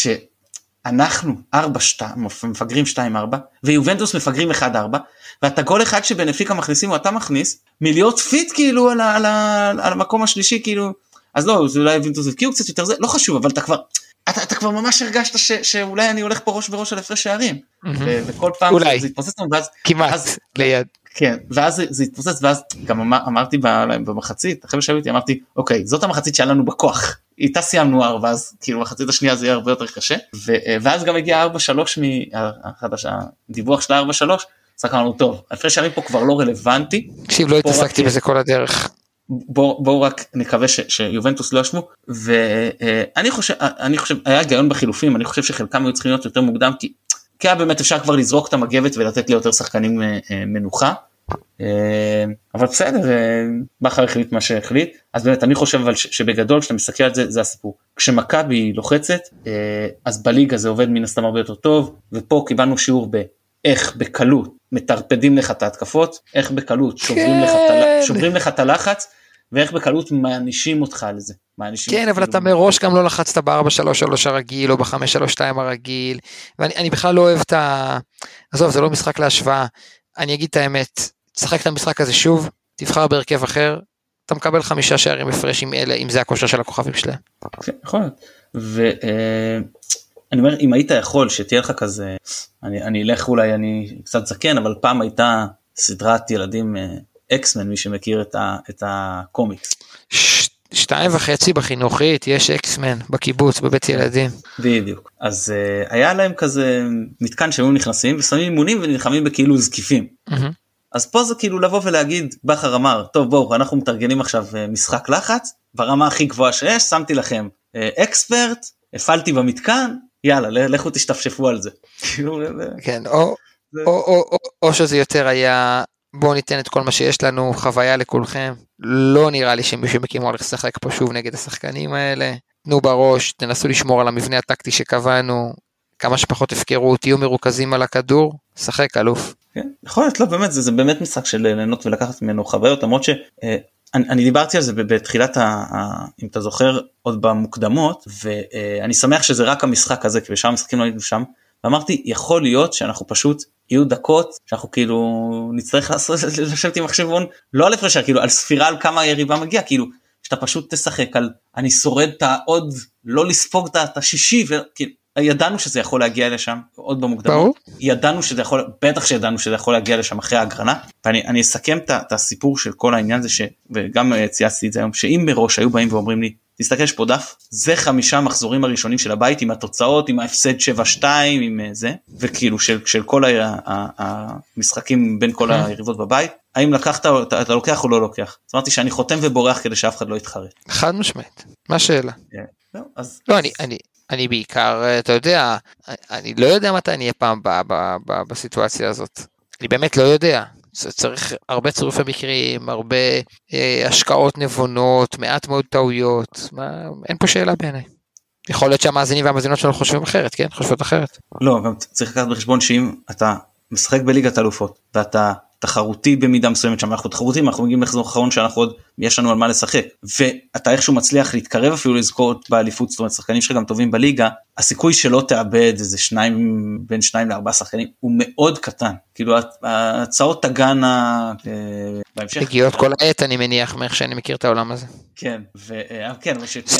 שאנחנו 4-2, מפגרים 2-4, ויובנטוס מפגרים 1-4, ואתה גול אחד שבנפיקה מכניסים, או אתה מכניס, מלהיות פיט כאילו על המקום השלישי, כאילו, אז לא, זה אולי יובנטוס הבקיעו קצת יותר זה, לא חשוב, אבל אתה כבר ממש הרגשת שאולי אני הולך פה ראש בראש על הפרש שערים, וכל פעם זה התפוצץ לנו, כמעט ליד. כן, ואז זה התפוצץ, ואז גם אמרתי במחצית, אחרי שהייתי, אמרתי, אוקיי, זאת המחצית שהיה לנו בכוח, איתה סיימנו 4, אז כאילו מחצית השנייה זה יהיה הרבה יותר קשה, ואז גם הגיע 4-3 הדיווח של 4-3, סקרנו טוב, הפרש שערים פה כבר לא רלוונטי. תקשיב, לא התעסקתי בזה כל הדרך. בואו רק נקווה שיובנטוס לא ישמו, ואני חושב, היה היגיון בחילופים, אני חושב שחלקם היו צריכים להיות יותר מוקדם, כי היה באמת אפשר כבר לזרוק את המגבת ולתת לי יותר שחקנים מנוחה, אבל בסדר, בכר החליט מה שהחליט, אז באמת אני חושב אבל שבגדול כשאתה מסתכל על זה, זה הסיפור. כשמכבי לוחצת, אז בליגה זה עובד מן הסתם הרבה יותר טוב, ופה קיבלנו שיעור איך בקלות מטרפדים לך את ההתקפות, איך בקלות שוברים לך את הלחץ, ואיך בקלות מענישים אותך על זה. כן, אבל אתה מראש גם לא לחצת ב-4-3-3 הרגיל, או ב-5-3-2 הרגיל, ואני בכלל לא אוהב עזוב, זה לא משחק להשוואה, אני אגיד את האמת, תשחק את המשחק הזה שוב, תבחר בהרכב אחר, אתה מקבל 5 שערים הפרש עם אלה, אם זה הכושר של הכוכבים שלהם. כן, נכון. אני אומר, אם היית יכול שתהיה לך כזה, אני אלך אולי, אני קצת זקן, אבל פעם הייתה סדרת ילדים אקסמן, מי שמכיר את הקומיקס. 2.5 בחינוכית, יש אקסמן בקיבוץ, בבית ילדים. בדיוק. אז היה להם כזה מתקן שהיו נכנסים, ושמים אימונים ונלחמים בכאילו זקיפים. אז פה זה כאילו לבוא ולהגיד, בכר אמר, טוב בואו, אנחנו מתארגנים עכשיו משחק לחץ, ברמה הכי גבוהה שיש, שמתי לכם אקספרט, הפעלתי במתקן, יאללה, לכו תשתפשפו על זה. כן, או שזה יותר היה, בואו ניתן את כל מה שיש לנו, חוויה לכולכם, לא נראה לי שמישהו מקים הולך לשחק פה שוב נגד השחקנים האלה, תנו בראש, תנסו לשמור על המבנה הטקטי שקבענו, כמה שפחות הפקרו, תהיו מרוכזים על הכדור, שחק אלוף. כן, יכול להיות, לא, באמת, זה באמת משחק של ליהנות ולקחת ממנו חוויות, למרות שאני דיברתי על זה בתחילת, אם אתה זוכר, עוד במוקדמות, ואני שמח שזה רק המשחק הזה, כי בשם המשחקים לא היינו שם, ואמרתי, יכול להיות שאנחנו פשוט, יהיו דקות, שאנחנו כאילו נצטרך לשבת עם מחשבון, לא על הפרש, כאילו על ספירה על כמה היריבה מגיע, כאילו, שאתה פשוט תשחק על, אני שורד את העוד, לא לספוג את השישי, וכאילו, ידענו שזה יכול להגיע לשם, עוד במוקדמות, ידענו שזה יכול, בטח שידענו שזה יכול להגיע לשם אחרי ההגרלה, ואני אסכם את הסיפור של כל העניין הזה, וגם צייצתי את זה היום, שאם מראש היו באים ואומרים לי, תסתכל יש פה דף, זה 5 מחזורים הראשונים של הבית, עם התוצאות, עם ההפסד 7-2, עם זה, וכאילו של כל המשחקים בין כל היריבות בבית, האם לקחת, אתה לוקח או לא לוקח? זאת אומרת שאני חותם ובורח כדי שאף אחד לא יתחרט. חד משמעית, מה השאלה? לא, אני בעיקר, אתה יודע, אני לא יודע מתי אני אהיה פעם בסיטואציה הזאת. אני באמת לא יודע. צריך הרבה צירופי מקרים, הרבה השקעות נבונות, מעט מאוד טעויות. אין פה שאלה בעיניי. יכול להיות שהמאזינים והמאזינות שלנו חושבים אחרת, כן? חושבות אחרת. לא, גם צריך לקחת בחשבון שאם אתה משחק בליגת אלופות, ואתה תחרותי במידה מסוימת, שם אנחנו תחרותים, אנחנו מגיעים לחזור אחרון שאנחנו עוד, יש לנו על מה לשחק, ואתה איכשהו מצליח להתקרב אפילו לזכות באליפות, זאת אומרת, שחקנים שגם טובים בליגה, הסיכוי שלא תאבד איזה בין 2 ל4 שחקנים, הוא מאוד קטן, כאילו הצעות תגנה בהמשך. הגיעות כל העת אני מניח, מאיך שאני מכיר את העולם הזה. כן, וכן,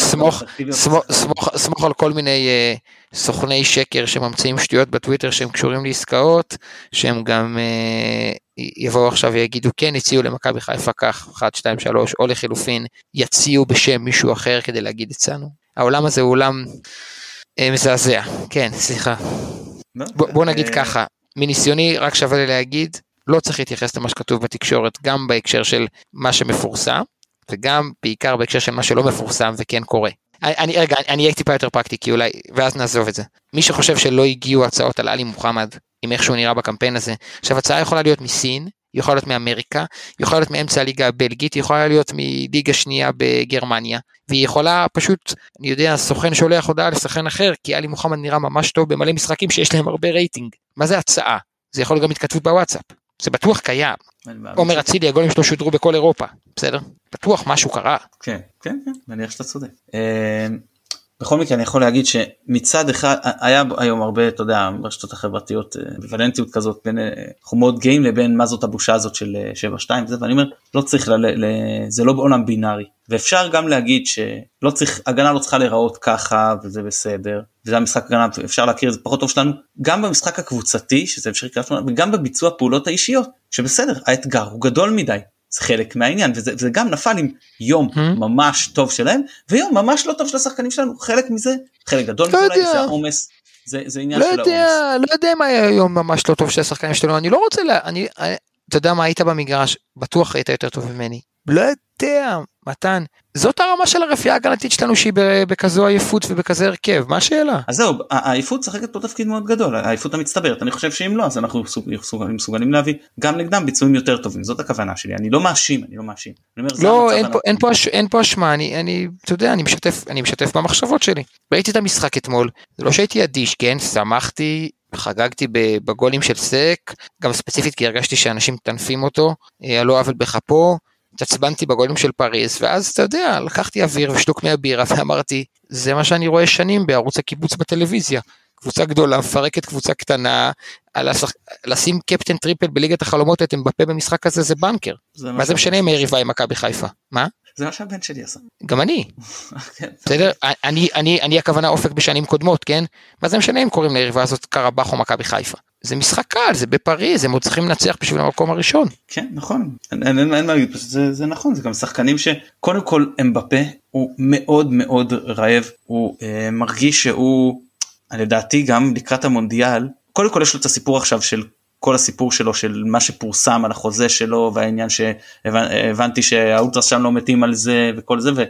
סמוך על כל מיני סוכני שקר שממציאים שטויות בטוויטר שהם קשורים לעסקאות, שהם גם יבואו עכשיו ויגידו כן, הציעו למכבי חיפה כך, 1, 2, 3, או לחילופין, יציעו בשם מישהו אחר כדי להגיד אצלנו. העולם הזה הוא עולם מזעזע, כן, סליחה. בוא נגיד ככה, מניסיוני רק שווה לי להגיד, לא צריך להתייחס למה שכתוב בתקשורת, גם בהקשר של מה שמפורסם, וגם בעיקר בהקשר של מה שלא מפורסם וכן קורה. אני אהיה טיפה יותר פרקטי, כי אולי, ואז נעזוב את זה. מי שחושב שלא הגיעו הצעות על עלי מוחמד, עם איך שהוא נראה בקמפיין הזה, עכשיו הצעה יכולה להיות מסין, יכולה להיות מאמריקה, יכולה להיות מאמצע הליגה הבלגית, יכולה להיות מליגה שנייה בגרמניה, והיא יכולה פשוט, אני יודע, סוכן שולח הודעה לסוכן אחר, כי עלי מוחמד נראה ממש טוב במלא משחקים שיש להם הרבה רייטינג. מה זה הצעה? זה יכול להיות גם התכתבות בוואטסאפ. זה בטוח קיים. עומר אצילי, הגולים שלו שודרו בכל אירופה. בסדר? בטוח משהו קרה. כן, כן, כן, מניח שאתה צודק. בכל מקרה אני יכול להגיד שמצד אחד, היה היום הרבה, אתה יודע, ברשתות החברתיות, בוולנטיות כזאת, בין חומות גאים לבין מה זאת הבושה הזאת של 7-2, ואני אומר, לא צריך, זה לא בעולם בינארי, ואפשר גם להגיד שלא צריך, הגנה לא צריכה להיראות ככה, וזה בסדר, וזה המשחק הגנה, אפשר להכיר את זה פחות טוב שלנו, גם במשחק הקבוצתי, שזה אפשר לקראת שלנו, וגם בביצוע פעולות האישיות, שבסדר, האתגר הוא גדול מדי, זה חלק מהעניין, וזה גם נפל עם יום ממש טוב שלהם, ויום ממש לא טוב של השחקנים שלנו, חלק מזה, חלק גדול מזה אולי, זה העומס, זה עניין של העומס. לא יודע מה היה יום ממש לא טוב של השחקנים שלנו, אני לא רוצה, אתה יודע מה היית במגרש, בטוח היית יותר טוב ממני, לא יודע, מתן, זאת הרמה של הרפייה ההגנתית שלנו שהיא בכזו עייפות ובכזה הרכב, מה השאלה? אז זהו, העייפות שחקת פה תפקיד מאוד גדול, העייפות המצטברת, אני חושב שאם לא, אז אנחנו מסוגלים להביא גם נגדם ביצועים יותר טובים, זאת הכוונה שלי, אני לא מאשים. לא, אין פה אשמה, אתה יודע, אני משתף במחשבות שלי, ראיתי את המשחק אתמול, זה לא שהייתי אדיש, כן, שמחתי, חגגתי בגולים של סק, גם ספציפית כי הרגשתי שאנשים תנפים אותו, לא עוול בחפו, התעצבנתי בגולים של פריז, ואז אתה יודע, לקחתי אוויר ושלוק מהבירה, ואמרתי, זה מה שאני רואה שנים בערוץ הקיבוץ בטלוויזיה, קבוצה גדולה, מפרקת קבוצה קטנה, לשים קפטן טריפל בליגת החלומות, אתם בפה במשחק הזה, זה בנקר. מה זה משנה אם היריבה עם מכבי חיפה? מה? זה מה שהבן שלי עשה. גם אני. בסדר? אני הכוונה אופק בשנים קודמות, כן? מה זה משנה אם קוראים ליריבה הזאת קרבח או מכבי חיפה? זה משחק קל, זה בפריז, הם עוד צריכים לנצח בשביל המקום הראשון. כן, נכון. אין מה להגיד, זה נכון, זה גם שחקנים שקודם כל הם בפה, הוא מאוד מאוד רעב, הוא מרגיש שהוא, לדעתי גם לקראת המונדיאל, קודם כל יש לו את הסיפור עכשיו של כל הסיפור שלו, של מה שפורסם על החוזה שלו, והעניין שהבנתי שהאולטרס שם לא מתים על זה, וכל זה,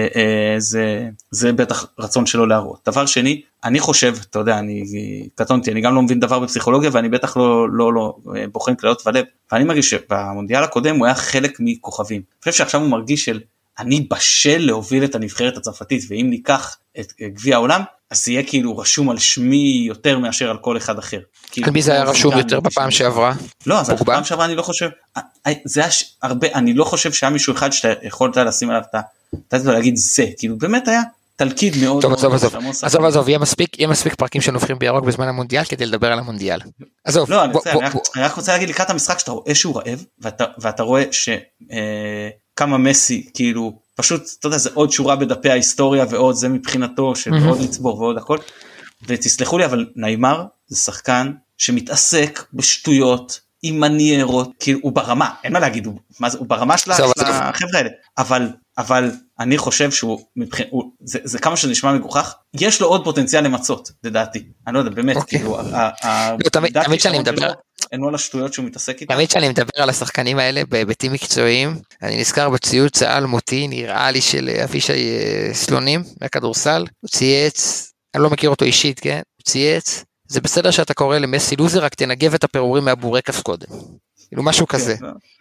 וזה בטח רצון שלו להראות. דבר שני, אני חושב, אתה יודע, אני קטונתי, אני גם לא מבין דבר בפסיכולוגיה, ואני בטח לא בוחן כליות ולב, ואני מרגיש שבמונדיאל הקודם הוא היה חלק מכוכבים. אני חושב שעכשיו הוא מרגיש של, אני בשל להוביל את הנבחרת הצרפתית, ואם ניקח את גביע העולם, אז יהיה כאילו רשום על שמי יותר מאשר על כל אחד אחר. על מי זה היה רשום יותר בפעם שעברה? לא, אז בפעם שעברה אני לא חושב, זה היה הרבה, אני לא חושב שהיה מישהו אחד שאתה יכולת לשים עליו את להגיד זה, כאילו באמת היה תלכיד מאוד. טוב, עזוב, יהיה מספיק פרקים שנופחים בירוק בזמן המונדיאל כדי לדבר על המונדיאל. עזוב. לא, אני רק רוצה להגיד לקראת המשחק שאתה רואה שהוא רעב, ואתה רואה שכמה מסי, כאילו, פשוט, אתה יודע, זה עוד שורה בדפי ההיסטוריה, ועוד זה מבחינתו, שעוד לצבור ועוד הכל, ותסלחו לי, אבל ניימר זה שחקן שמתעסק בשטויות, עם מניירות, כאילו הוא ברמה, אין מה להגיד, הוא ברמה של החבר'ה האלה, אבל אני חושב שהוא, זה כמה שזה נשמע מגוחך, יש לו עוד פוטנציאל למצות, לדעתי, אני לא יודע, באמת, כאילו, תמיד שאני מדבר, אין לו על השטויות שהוא מתעסק איתה. תמיד שאני מדבר על השחקנים האלה, בהיבטים מקצועיים, אני נזכר בציוץ האלמותי, נראה לי של אבישי סלונים, מהכדורסל, הוא צייץ, אני לא מכיר אותו אישית, כן, הוא צייץ, זה בסדר שאתה קורא למסי לוזר, רק תנגב את הפירורים מהבורקס קודם. כאילו משהו כזה.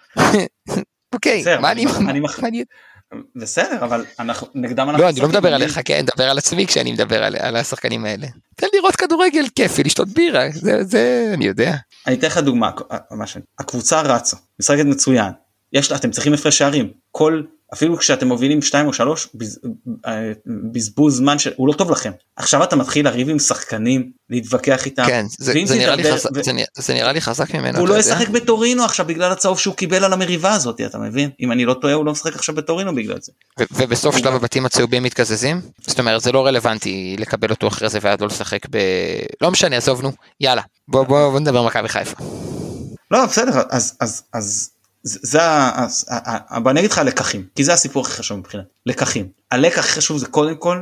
אוקיי, מה אני... בסדר, אבל נגדם... לא, אני לא מדבר עליך, כן, מדבר על עצמי כשאני מדבר על השחקנים האלה. תן לראות כדורגל כיפי, לשתות בירה, זה אני יודע. אני אתן לך דוגמה, הקבוצה רצה, משחקת מצוין, אתם צריכים הפרש שערים, אפילו כשאתם מובילים 2 או 3, בזבוז זמן שהוא לא טוב לכם. עכשיו אתה מתחיל לריב עם שחקנים, להתווכח איתם. כן, זה נראה לי חזק ממנו. הוא לא ישחק בטורינו עכשיו בגלל הצהוב שהוא קיבל על המריבה הזאת, אתה מבין? אם אני לא טועה, הוא לא משחק עכשיו בטורינו בגלל זה. ובסוף שלב הבתים הצהובים מתקזזים? זאת אומרת, זה לא רלוונטי לקבל אותו אחרי זה ועד לא לשחק לא משנה, עזובנו, יאללה, בוא נדבר מכבי חיפה. לא, בסדר, אז אבל אני אגיד לך לקחים, כי זה הסיפור הכי חשוב מבחינת, לקחים. הלקח הכי חשוב זה קודם כל,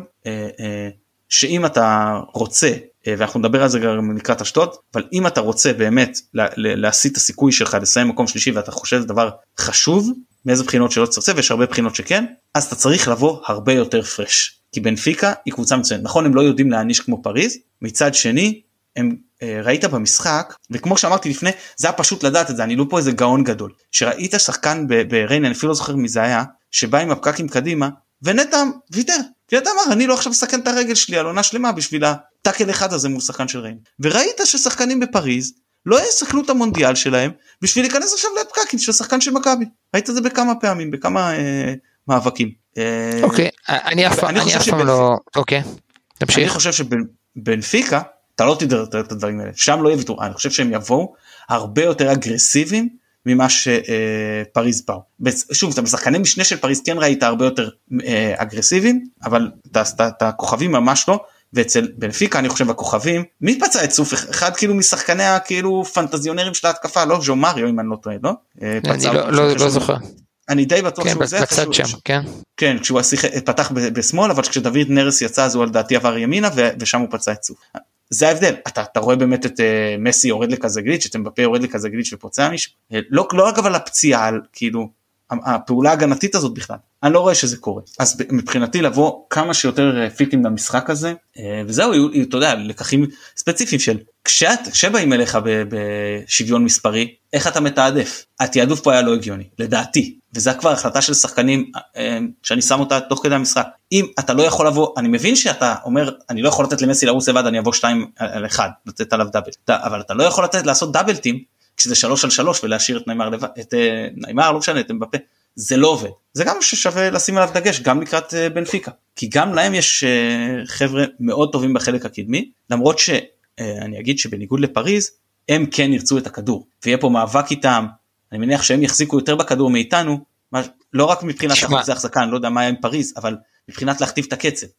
שאם אתה רוצה, ואנחנו נדבר על זה גם לקראת אשדוד, אבל אם אתה רוצה באמת להסיט את הסיכוי שלך לסיים מקום שלישי, ואתה חושב שזה דבר חשוב, מאיזה בחינות שלא תרצה, ויש הרבה בחינות שכן, אז אתה צריך לבוא הרבה יותר פרש. כי בנפיקה היא קבוצה מצוינת. נכון, הם לא יודעים להעניש כמו פריז, מצד שני, ראית במשחק, וכמו שאמרתי לפני, זה היה פשוט לדעת את זה, אני לא פה איזה גאון גדול, שראית שחקן בריינה, אני אפילו לא זוכר מי זה היה, שבא עם הפקקים קדימה, ונטע ויתר, ואתה אמר, אני לא עכשיו מסכן את הרגל שלי, על עונה שלמה, בשביל הטאקל אחד הזה מול שחקן של ריינה, וראית ששחקנים בפריז, לא יסכנו את המונדיאל שלהם, בשביל להיכנס עכשיו לפקקים של שחקן של מכבי, ראית את זה בכמה פעמים, בכמה מאבקים. אוקיי, אני אף פעם לא, אוקיי, תמשיך. אני חושב שבנפיקה, אתה לא תדבר את הדברים האלה, שם לא יביטו, אני חושב שהם יבואו הרבה יותר אגרסיביים ממה שפריז באו. שוב, את המשחקני משנה של פריז כן ראית הרבה יותר אגרסיביים, אבל את הכוכבים ממש לא, ואצל בנפיקה אני חושב הכוכבים, מי פצע את סוף אחד כאילו משחקני הכאילו פנטזיונרים של ההתקפה, לא ז'ו מריו אם אני לא טועה, לא? אני לא זוכר. אני די בטוח שהוא זה. בצד שם, כן. כן, כשהוא פתח בשמאל, אבל כשדוד נרס יצא, אז הוא על דעתי עבר ימינה, ושם הוא פצע את צוף. זה ההבדל, אתה רואה באמת את מסי יורד לכזה גליץ', את אמבפה יורד לכזה גליץ' ופוצע מישהו, לא רק אבל הפציעה, כאילו, הפעולה ההגנתית הזאת בכלל, אני לא רואה שזה קורה. אז מבחינתי לבוא כמה שיותר פיטים למשחק הזה, וזהו, אתה יודע, לקחים ספציפיים של, כשבאים אליך בשוויון מספרי, איך אתה מתעדף? התיעדוף פה היה לא הגיוני, לדעתי, וזה כבר החלטה של שחקנים, שאני שם אותה תוך כדי המשחק. אם אתה לא יכול לבוא, אני מבין שאתה אומר, אני לא יכול לתת למסי לרוץ לבד, אני אבוא 2-1, לתת עליו דאבל, אבל אתה לא יכול לעשות דאבלטים, כשזה 3-3 ולהשאיר את ניימר, לא משנה, את אמבפה, זה לא עובד. זה גם ששווה לשים עליו דגש, גם לקראת בנפיקה, כי גם להם יש חבר'ה מאוד טובים בחלק הקדמי, למרות שאני אגיד שבניגוד לפריז, הם כן ירצו את הכדור, ויהיה פה מאבק איתם, אני מניח שהם יחזיקו יותר בכדור מאיתנו, לא רק מבחינת אחוזי החזקה, אני לא יודע מה היה עם פריז, אבל מבחינת להכתיב את הקצב.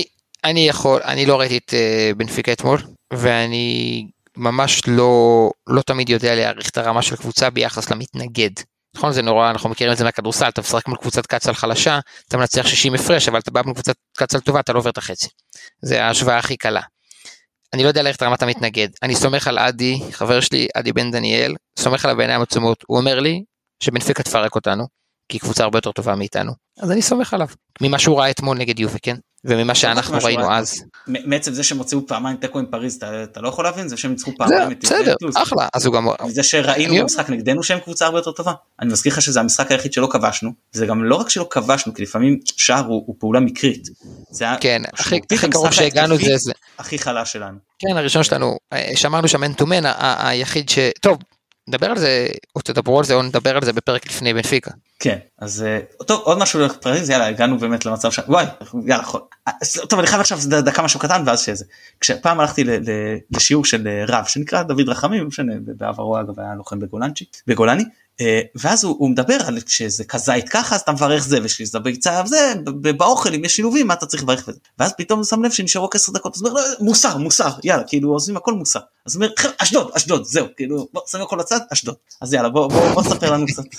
אני לא ראיתי את בנפיקה אתמול, ואני ממש לא תמיד יודע להעריך את הרמה של קבוצה ביחס למתנגד. נכון, זה נורא, אנחנו מכירים את זה מהכדורסל, אתה משחק מול קבוצת קצל חלשה, אתה מנצח 60 הפרש, אבל אתה בא מול קבוצת קצל טובה, אתה לא עובר את החצי. זה ההשוואה הכי קלה. אני לא יודע להעריך את רמת המתנגד. אני סומך על עדי, חבר שלי, עדי בן דניאל, סומך עליו בעיניים עצומות. הוא אומר לי שבנפיקה תפרק אותנו, כי קבוצה הרבה יותר טובה מאיתנו. אז אני סומך עליו. ממה שהוא ראה אתמול נגד יובה, כן? וממה שאנחנו ראינו אז. מעצם זה שהם הוציאו פעמיים תיקו עם פריז, אתה לא יכול להבין, זה שהם ניצחו פעמיים. בסדר, אחלה. אז הוא גם... זה שראינו במשחק נגדנו שהם קבוצה הרבה יותר טובה. אני מזכיר לך שזה המשחק היחיד שלא כבשנו, זה גם לא רק שלא כבשנו, כי לפעמים שער הוא פעולה מקרית. כן, הכי קרוב שהגענו זה... הכי חלש שלנו. כן, הראשון שלנו, שמרנו שם אין-טומן, היחיד ש... טוב, נדבר על זה, או תדברו על זה, או נדבר על זה בפרק לפני בנפיקה. כן, אז טוב, עוד משהו לפריז, יאללה, הגענו באמת למצב ש... וואי, יאללה, טוב, אני חייב עכשיו דקה משהו קטן, ואז שזה. כשפעם הלכתי לשיעור של רב, שנקרא דוד רחמים, לא משנה, בעברו אגב היה לוחם בגולני, ואז הוא מדבר על שזה כזית ככה, אז אתה מברך זה, ושזה ביצה זה, באוכל, אם יש שילובים, מה אתה צריך לברך וזה. ואז פתאום הוא שם לב שנשארו 10 דקות, אז הוא אומר, מוסר, יאללה, כאילו עושים הכל מוסר. אז הוא אומר, אשדוד, זהו, כאילו, בוא, שמים הכל לצד, אשדוד. אז יאללה, בוא ספר לנו קצת.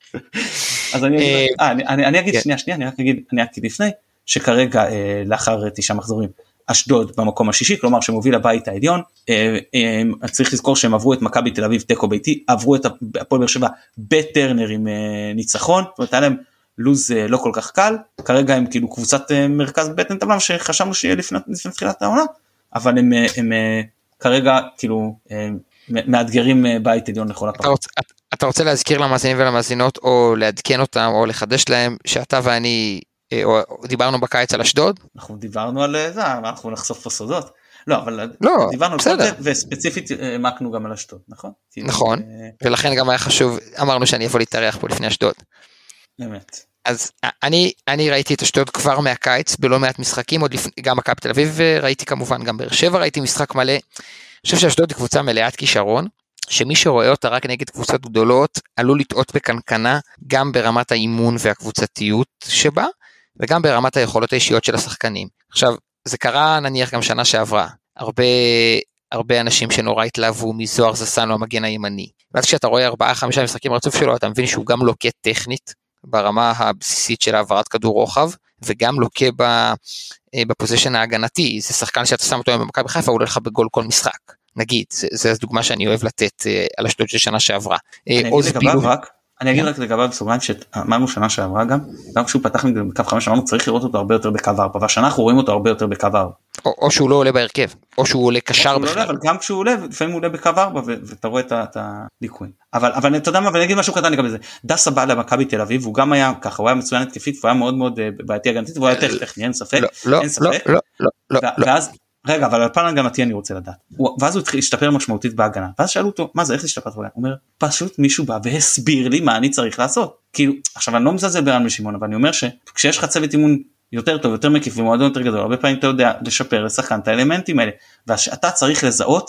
אז אני אגיד, שנייה, אני אגיד לפני, שכרגע, לאחר 9 מחזורים, אשדוד במקום השישי, כלומר שמוביל הבית העליון, צריך לזכור שהם עברו את מכבי תל אביב תיקו ביתי, עברו את הפועל באר שבע בטרנר עם ניצחון, זאת אומרת היה להם לוז לא כל כך קל, כרגע הם כאילו קבוצת מרכז בטן טבלה שחשבנו שיהיה לפני תחילת העונה, אבל הם כרגע כאילו מאתגרים בית עליון לכל הפעם. אתה רוצה להזכיר למאזינים ולמאזינות, או לעדכן אותם, או לחדש להם, שאתה ואני דיברנו בקיץ על אשדוד? אנחנו דיברנו על זה, אנחנו נחשוף פה סודות. לא, אבל דיברנו על זה, וספציפית העמקנו גם על אשדוד, נכון? נכון, ולכן גם היה חשוב, אמרנו שאני אבוא להתארח פה לפני אשדוד. באמת. אז אני ראיתי את אשדוד כבר מהקיץ, בלא מעט משחקים, גם מכבי תל אביב ראיתי כמובן, גם באר שבע ראיתי משחק מלא. אני חושב שאשדוד היא קבוצה מלאת כישרון, שמי שרואה אותה רק נגד קבוצות גדולות, עלול לטעות בקנקנה, גם ברמת האימון והקבוצתיות שבה, וגם ברמת היכולות האישיות של השחקנים. עכשיו, זה קרה נניח גם שנה שעברה, הרבה אנשים שנורא התלהבו מזוהר זסנו המגן הימני, ואז כשאתה רואה 4-5 משחקים רצוף שלו, אתה מבין שהוא גם לוקה טכנית, ברמה הבסיסית של העברת כדור רוחב, וגם לוקה בפוזישן ההגנתי, זה שחקן שאתה שם אותו במכבי חיפה, הוא עולה לך בגול כל משחק, נגיד, זה הדוגמה שאני אוהב לתת על אשדוד של שנה שעברה. אני אגיד רק לגביו בסוגריים שאמרנו שנה שעברה גם כשהוא פתח בקו 5 אמרנו צריך לראות אותו הרבה יותר בקו 4 והשנה אנחנו רואים אותו הרבה יותר בקו 4 או שהוא לא עולה בהרכב או שהוא עולה קשר בכלל, אבל גם כשהוא עולה לפעמים הוא עולה בקו 4 ואתה רואה את הליקויים, אבל אתה יודע מה, ואני אגיד משהו קטן לגבי זה, דסה בא למכבי תל אביב הוא גם היה ככה, הוא היה מצוין התקפית והוא היה מאוד מאוד בעייתי הגנתית והוא היה טכני, אין ספק, ואז רגע, אבל על פן הגנתי אני רוצה לדעת. ואז הוא השתפר משמעותית בהגנה. ואז שאלו אותו, מה זה, איך להשתפר? הוא אומר, פשוט מישהו בא והסביר לי מה אני צריך לעשות. כאילו, עכשיו אני לא מזלזל ברן ושמעון, אבל אני אומר שכשיש לך צוות אימון יותר טוב, יותר מקיף ומועדון יותר גדול, הרבה פעמים אתה יודע לשפר לשחקן את האלמנטים האלה, ואתה צריך לזהות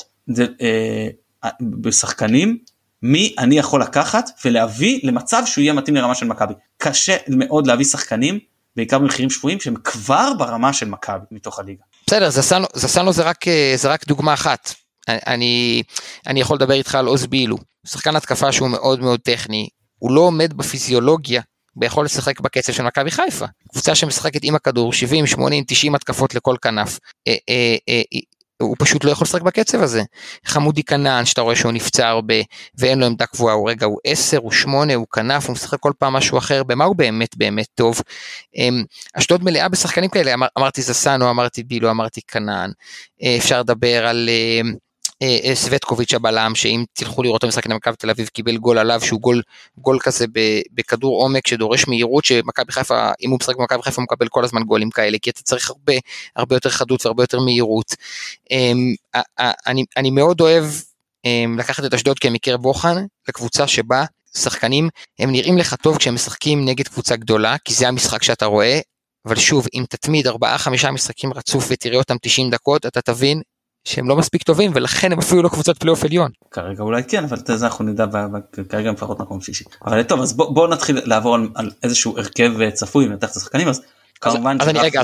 בשחקנים, מי אני יכול לקחת ולהביא למצב שהוא יהיה מתאים לרמה של מכבי. קשה מאוד להביא שחקנים, בעיקר במחירים שפויים, שהם כבר ברמה של מכבי מתוך הליגה. בסדר, זסנו זה רק דוגמה אחת. אני יכול לדבר איתך על עוז בילו, שחקן התקפה שהוא מאוד מאוד טכני, הוא לא עומד בפיזיולוגיה ביכול לשחק בקצב של מכבי חיפה, קבוצה שמשחקת עם הכדור, 70, 80, 90 התקפות לכל כנף, הוא פשוט לא יכול לשחק בקצב הזה. חמודי כנען, שאתה רואה שהוא נפצע הרבה, ואין לו עמדה קבועה, הוא רגע, הוא 10, הוא 8, הוא כנף, הוא משחק כל פעם משהו אחר, במה הוא באמת באמת טוב. אשדוד מלאה בשחקנים כאלה, אמרתי זסנו, אמרתי בילו, אמרתי כנען, אפשר לדבר על סווטקוביץ' הבלם, שאם תלכו לראות את המשחק מכבי תל אביב, קיבל גול עליו, שהוא גול כזה בכדור עומק, שדורש מהירות, שמכבי חיפה, אם הוא משחק במכבי חיפה, הוא מקבל כל הזמן גולים כאלה, כי אתה צריך הרבה יותר חדות, והרבה יותר מהירות. אני מאוד אוהב לקחת את אשדוד כמקרה בוחן, לקבוצה שבה שחקנים, הם נראים לך טוב, כשהם משחקים נגד קבוצה גדולה, כי זה המשחק שאתה רואה, אבל שוב, אם תתמיד 4-5 משחקים רצוף, ותראה אותם 90 דקות, אתה תבין שהם לא מספיק טובים, ולכן הם אפילו לא קבוצת פלייאוף עליון. כרגע אולי כן, אבל זה אנחנו נדע, כרגע לפחות מקום שישי. אבל טוב, אז בואו נתחיל לעבור על איזשהו הרכב צפוי, מתחת השחקנים, אז כמובן...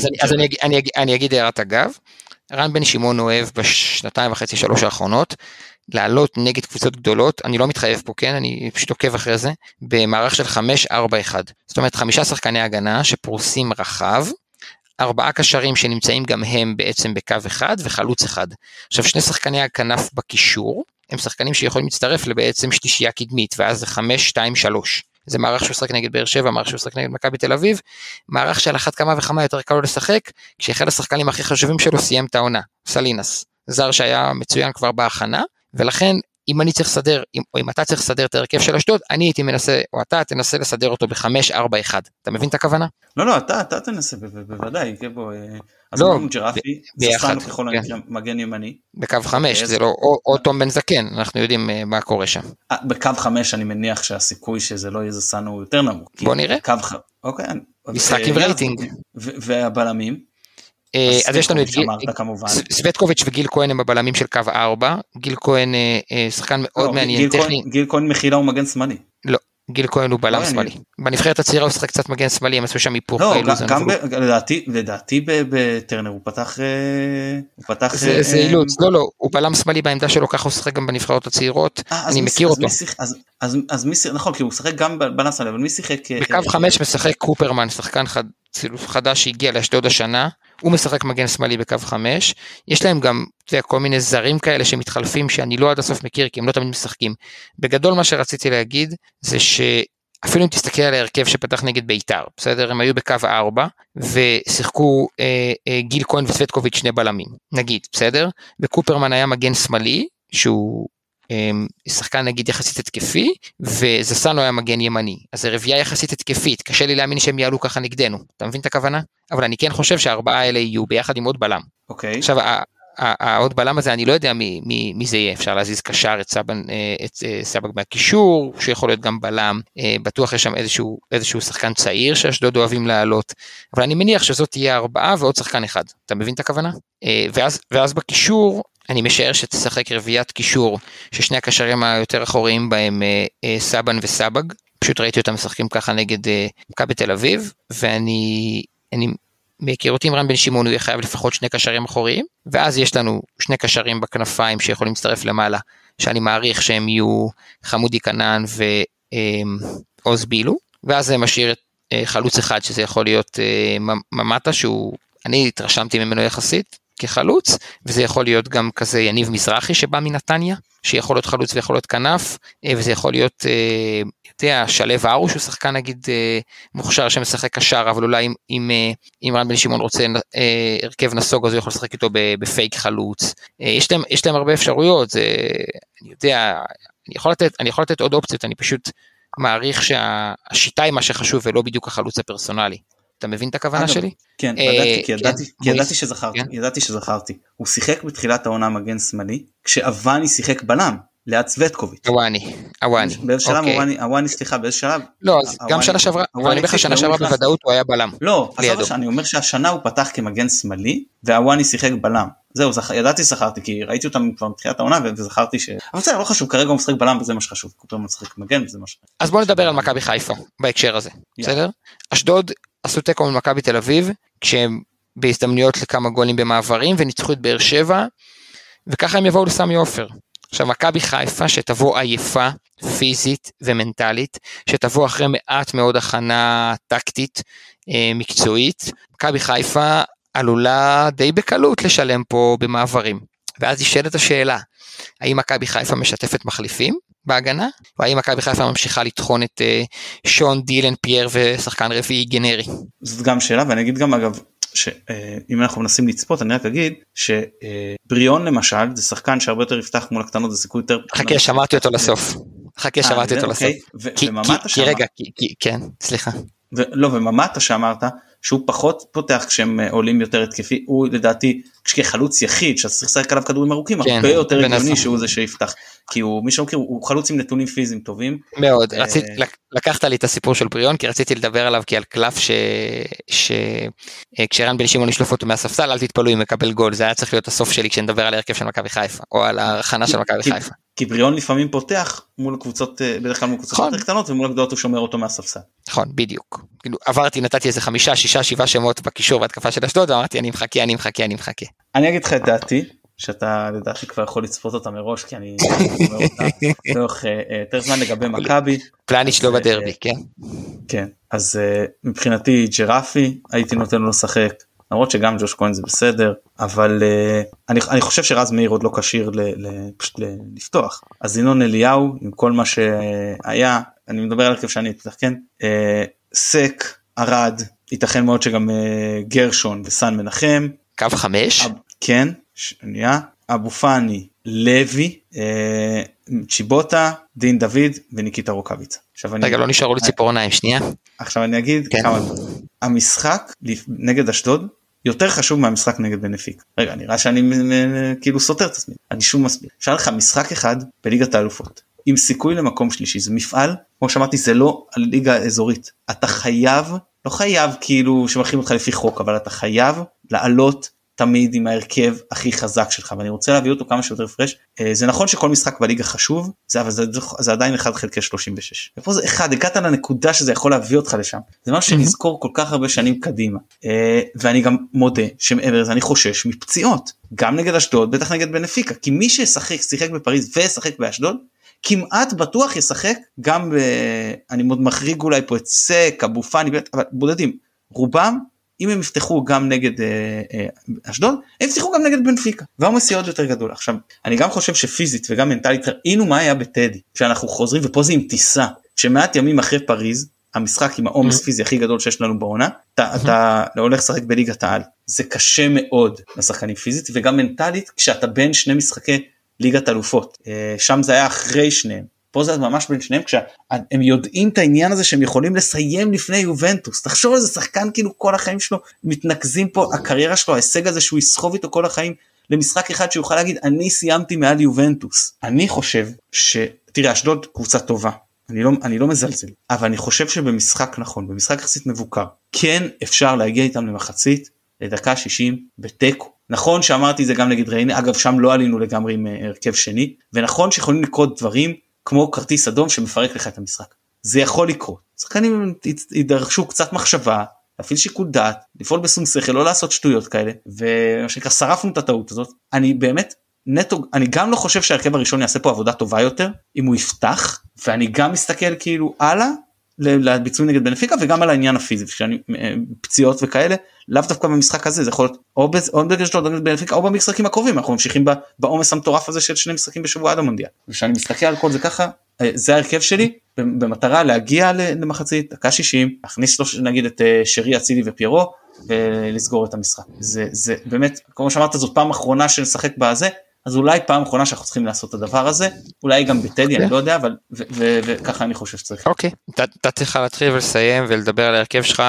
אני אגיד הערת אגב, רן בן שמעון אוהב בשנתיים וחצי, 3 האחרונות, לעלות נגד קבוצות גדולות, אני לא מתחייב פה, כן, אני פשוט עוקב אחרי זה, במערך של 5-4-1. זאת אומרת, 5 שחקני הגנה שפרוסים רחב, 4 קשרים שנמצאים גם הם בעצם בקו אחד וחלוץ אחד. עכשיו 2 שחקני הכנף בקישור, הם שחקנים שיכולים להצטרף לבעצם שלישייה קדמית, ואז זה 5-2-3. זה מערך שהוא שחק נגד באר שבע, מערך שהוא שחק נגד מכבי תל אביב, מערך של אחת כמה וכמה יותר קל לו לשחק, כשאחד השחקנים הכי חשובים שלו סיים את העונה, סלינס, זר שהיה מצוין כבר בהכנה, ולכן אם אני צריך לסדר, או אם אתה צריך לסדר את הרכב של אשדוד, אני הייתי מנסה, או אתה תנסה לסדר אותו ב-5-4-1. אתה מבין את הכוונה? לא, אתה תנסה, בוודאי, אז הוא ג'רפי, זסנו ככל הנקרא מגן ימני. בקו 5, זה לא, או תום בן זקן, אנחנו יודעים מה קורה שם. בקו 5 אני מניח שהסיכוי שזה לא יהיה זסנו יותר נמוך. בוא נראה. אוקיי. משחק עם רייטינג. והבלמים? אז יש לנו את סווטקוביץ' וגיל כהן הם הבלמים של קו 4, גיל כהן שחקן מאוד מעניין טכני. גיל כהן מחילה הוא מגן שמאלי. לא, גיל כהן הוא בלם שמאלי. בנבחרת הצעירה הוא שחק קצת מגן שמאלי, הם עשו שם היפוך. לא, גם לדעתי בטרנר הוא פתח... זה אילוץ, לא, הוא בלם שמאלי בעמדה שלו, ככה הוא שחק גם בנבחרות הצעירות, אני מכיר אותו. אז מי שיחק, נכון, כי הוא שחק גם בלם שמאלי, אבל מי שיחק... בקו 5 משחק קופרמן, שחקן חדש שהגיע לאשדוד השנה, הוא משחק מגן שמאלי בקו 5, יש להם גם כל מיני זרים כאלה שמתחלפים, שאני לא עד הסוף מכיר, כי הם לא תמיד משחקים. בגדול מה שרציתי להגיד, זה שאפילו אם תסתכל על ההרכב שפתח נגד ביתר, בסדר? הם היו בקו 4, ושיחקו גיל כהן וסווטקוביץ' 2 בלמים, נגיד, בסדר? וקופרמן היה מגן שמאלי, שהוא שחקן נגיד יחסית התקפי, וזסנו היה מגן ימני, אז זה רביעה יחסית התקפית, קשה לי להאמין שהם יעלו ככה נגדנו, אתה מבין את הכוונה? אבל אני כן חושב שהארבעה האלה יהיו ביחד עם עוד בלם. אוקיי. עכשיו, העוד בלם הזה, אני לא יודע מי זה יהיה, אפשר להזיז קשר את סבג מהקישור, שיכול להיות גם בלם, בטוח יש שם איזשהו שחקן צעיר, שאשדוד אוהבים לעלות, אבל אני מניח שזאת תהיה 4 ועוד שחקן אחד, אתה מבין את הכוונה? ואז בקישור, אני משער שתשחק רביעיית קישור, ששני הקשרים היותר אחוריים בהם סבן וסבג, פשוט ראיתי אותם משחקים ככה נגד מכבי תל אביב, ואני מהיכרותי עם רן בן שמעון, הוא יהיה חייב לפחות 2 קשרים אחוריים, ואז יש לנו 2 קשרים בכנפיים שיכולים להצטרף למעלה, שאני מעריך שהם יהיו חמודי כנען ועוז בילו, ואז זה משאיר את חלוץ אחד, שזה יכול להיות ממטה, שהוא, אני התרשמתי ממנו יחסית, כחלוץ, וזה יכול להיות גם כזה יניב מזרחי שבא מנתניה, שיכול להיות חלוץ ויכול להיות כנף, וזה יכול להיות, שלב ארוש, שהוא שחקן נגיד מוכשר שמשחק קשר, אבל אולי אם רן בן שמעון רוצה הרכב נסוג, אז הוא יכול לשחק איתו בפייק חלוץ. יש להם הרבה אפשרויות, אני יודע, אני יכול לתת עוד אופציות, אני פשוט מעריך שהשיטה היא מה שחשוב, ולא בדיוק החלוץ הפרסונלי. אתה מבין את הכוונה שלי? כן, ידעתי שזכרתי. הוא שיחק בתחילת העונה מגן שמאלי, כשאבני שיחק בלם, ליד סווטקוביץ'. אוואני. באיזה שלב, אוואני, סליחה, באיזה שלב? לא, גם שנה שעברה, אני אומר לך שנה שעברה בוודאות הוא היה בלם. לא, אני אומר שהשנה הוא פתח כמגן שמאלי, ואוואני שיחק בלם. זהו, ידעתי שזכרתי, כי ראיתי אותם כבר בתחילת העונה, וזכרתי אבל זה לא חשוב, כרגע הוא משחק בלם, וזה מה שחשוב, קופרמן משחק מגן, וזה מה שחשוב. אז בוא נדבר על מכבי חיפה, בהקשר הזה, בסדר? אשדוד עשו תיקו עם מכבי תל אביב, כשהם בהזדמנויות לכמה גולים במעברים, וניצחו את באר שבע, וככה הם יבואו לסמי עופר. עכשיו, מכבי חיפה שתבוא עייפה, פיזית ומנטלית, שתבוא אחרי מעט מאוד הכנה טקטית, מקצועית, מכבי חיפה עלולה די בקלות לשלם פה במעברים. ואז נשאלת השאלה, האם מכבי חיפה משתפת מחליפים בהגנה, או האם מכבי חיפה ממשיכה לטחון את שון, דילן, פייר ושחקן רביעי גנרי? זאת גם שאלה, ואני אגיד גם אגב, שאם אנחנו מנסים לצפות, אני רק אגיד שבריאון למשל, זה שחקן שהרבה יותר יפתח מול הקטנות, זה סיכוי יותר... חכה, שמעתי אותו לסוף. כי רגע, כן, סליחה. לא, וממטה שאמרת, שהוא פחות פותח כשהם עולים יותר התקפי, הוא לדעתי, כשחלוץ יחיד, שאתה צריך לשחק עליו כדורים ארוכים, הרבה יותר הגיוני שהוא זה שיפתח, כי הוא, מי שמכיר, הוא חלוץ עם נתונים פיזיים טובים. מאוד, לקחת לי את הסיפור של בריאון, כי רציתי לדבר עליו כעל קלף כשרן בן שמעון ישלוף אותו מהספסל, אל תתפלו אם מקבל גול, זה היה צריך להיות הסוף שלי כשנדבר על הרכב של מכבי חיפה, או על ההכנה של מכבי חיפה. כי בריאון לפעמים פותח מול קבוצות, בדרך כלל מול קבוצות יותר קטנות, ומול הגדולות הוא שומר אותו מהספסל. נכון, בדיוק. עברתי, נתתי איזה 5, 6, 7 שמות בקישור והתקפה של אשדוד, ואמרתי אני מחכה. אני אגיד לך את דעתי, שאתה לדעתי כבר יכול לצפות אותה מראש, כי אני אומר אותה תוך יותר זמן לגבי מכבי. פלניץ' לא בדרבי, כן? כן, אז מבחינתי ג'רפי, הייתי נותן לו לשחק, למרות שגם ג'וש כהן זה בסדר, אבל אני חושב שרז מאיר עוד לא כשיר פשוט לפתוח. אז ינון אליהו, עם כל מה שהיה, אני מדבר על הרכב שאני אתתכן, סק, ארד, ייתכן מאוד שגם גרשון וסן מנחם. קו 5? כן, שנייה, אבו פאני, לוי, צ'יבוטה, דין דוד וניקיטה רוקביץ. רגע, לא נשארו לי ציפורניים, שנייה. עכשיו אני אגיד כמה, המשחק נגד אשדוד, יותר חשוב מהמשחק נגד בנפיק. רגע, נראה שאני כאילו סותר את עצמי, אני שום מסביר. אפשר לך משחק אחד בליגת האלופות, עם סיכוי למקום שלישי, זה מפעל, כמו שאמרתי, זה לא הליגה האזורית. אתה חייב, לא חייב כאילו שמחים אותך לפי חוק, אבל אתה חייב לעלות תמיד עם ההרכב הכי חזק שלך, ואני רוצה להביא אותו כמה שיותר פרש. זה נכון שכל משחק בליגה חשוב, אבל זה עדיין 1/36. ופה זה אחד, הגעת לנקודה שזה יכול להביא אותך לשם. זה משהו שנזכור כל כך הרבה שנים קדימה. ואני גם מודה שמעבר לזה אני חושש מפציעות, גם נגד אשדוד, בטח נגד בנפיקה, כי מי שיחק בפריז וישחק באשדוד, כמעט בטוח ישחק גם אני מאוד מחריג אולי פה את סק, אבו פאני, אבל בודדים, רובם, אם הם יפתחו גם נגד אשדוד, הם יפתחו גם נגד בנפיקה, והעומס יהיה עוד יותר גדול. עכשיו, אני גם חושב שפיזית וגם מנטלית, ראינו מה היה בטדי, כשאנחנו חוזרים, ופה זה עם טיסה, שמעט ימים אחרי פריז, המשחק עם העומס פיזי הכי גדול שיש לנו בעונה, אתה הולך לשחק בליגת העל, זה קשה מאוד לשחקנים פיזית, וגם מנטלית, כשאתה בין שני משחקי ליגת אלופות, שם זה היה אחרי שניהם, פה זה ממש בין שניהם, כשהם יודעים את העניין הזה שהם יכולים לסיים לפני יובנטוס, תחשוב על זה, שחקן כאילו כל החיים שלו מתנקזים פה, הקריירה שלו, ההישג הזה שהוא יסחוב איתו כל החיים, למשחק אחד שיוכל להגיד, אני סיימתי מעל יובנטוס. אני חושב תראה, אשדוד קבוצה טובה, אני לא מזלזל, אבל אני חושב שבמשחק נכון, במשחק יחסית מבוקר, כן אפשר להגיע איתם למחצית, לדקה 60 בטקו. נכון שאמרתי זה גם נגד ריינה, אגב שם לא עלינו לגמרי עם הרכב שני, ונכון שיכולים לקרות דברים, כמו כרטיס אדום שמפרק לך את המשחק. זה יכול לקרות. שחקנים ידרשו קצת מחשבה, להפעיל שיקול דעת, לפעול בשום שכל, לא לעשות שטויות כאלה, ומה שנקרא, שרפנו את הטעות הזאת. אני באמת נטו, אני גם לא חושב שהרכב הראשון יעשה פה עבודה טובה יותר, אם הוא יפתח, ואני גם מסתכל כאילו הלאה, לביצוע נגד בנפיקה, וגם על העניין הפיזי, כשאני פציעות וכאלה, לאו דווקא במשחק הזה, זה יכול להיות או נגד בנפיקה, או במשחקים הקרובים, אנחנו ממשיכים בעומס המטורף הזה של 2 משחקים בשבוע עד המונדיאל. וכשאני מסתכל על כל זה ככה, זה ההרכב שלי, במטרה להגיע למחצית, דקה 60, להכניס לו נגיד את שרי, אצילי ופיירו, ולסגור את המשחק. זה באמת, כמו שאמרת, זאת פעם אחרונה שנשחק בזה, אז אולי פעם אחרונה שאנחנו צריכים לעשות את הדבר הזה, אולי גם בטדי, אני לא יודע, אבל וככה אני חושב שצריך. אוקיי, אתה צריך להתחיל ולסיים ולדבר על ההרכב שלך,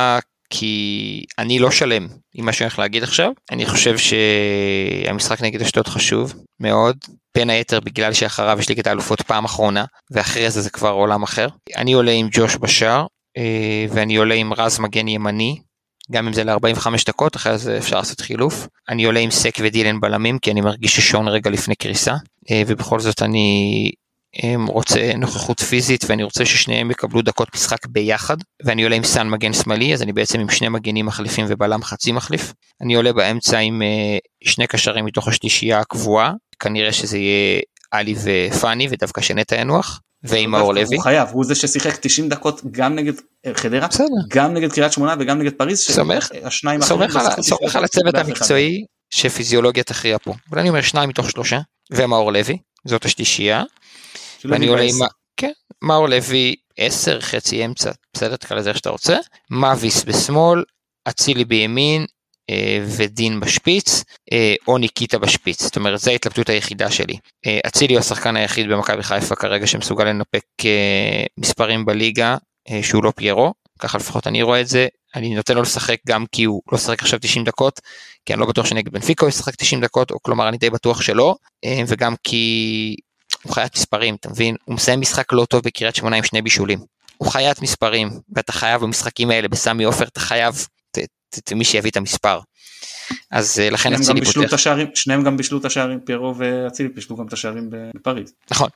כי אני לא שלם עם מה שאני הולך להגיד עכשיו, אני חושב שהמשחק נגד אשדוד חשוב מאוד, בין היתר בגלל שאחריו יש ליגת האלופות פעם אחרונה, ואחרי זה כבר עולם אחר. אני עולה עם ג'וש בשער, ואני עולה עם רז מגן ימני, גם אם זה ל-45 דקות, אחרי זה אפשר לעשות חילוף. אני עולה עם סק ודילן בלמים, כי אני מרגיש ששון רגע לפני קריסה, ובכל זאת אני רוצה נוכחות פיזית, ואני רוצה ששניהם יקבלו דקות משחק ביחד, ואני עולה עם סן מגן שמאלי, אז אני בעצם עם 2 מגנים מחליפים ובלם חצי מחליף. אני עולה באמצע עם 2 קשרים מתוך השלישייה הקבועה, כנראה שזה יהיה עלי ופני, ודווקא שנטע ינוח, ועם מאור לוי. הוא חייב, הוא זה ששיחק 90 דקות גם נגד חדרה, גם נגד קריית שמונה וגם נגד פריז, סומך על הצוות המקצועי שפיזיולוגיה תכריע פה. אבל אני אומר 2 מתוך 3, ומאור לוי, זאת השלישייה. ואני עולה עם מאור לוי 10, חצי אמצע, בסדר, תקרא לזה איך שאתה רוצה. מאביס בשמאל, אצילי בימין, ודין בשפיץ, או ניקיטה בשפיץ. זאת אומרת, זו ההתלבטות היחידה שלי. אצילי הוא השחקן היחיד במכבי חיפה כרגע שמסוגל לנפק מספרים בליגה, שהוא לא פיירו, ככה לפחות אני רואה את זה. אני נותן לו לשחק גם כי הוא לא שחק עכשיו 90 דקות, כי אני לא בטוח שנגד בנפיקה הוא ישחק 90 דקות, או כלומר אני די בטוח שלא, וגם כי הוא חיית מספרים, אתה מבין? הוא מסיים משחק לא טוב בקריית שמונה עם 2 בישולים. הוא חיית מספרים, ואתה חייב במשחקים האלה, בסמי עופר, אתה חייב מי שיביא את המספר. אז לכן אצילי פותח. שניהם גם בישלו את השערים, פיירו ואצילי בישלו גם את השערים בפריז. נכון.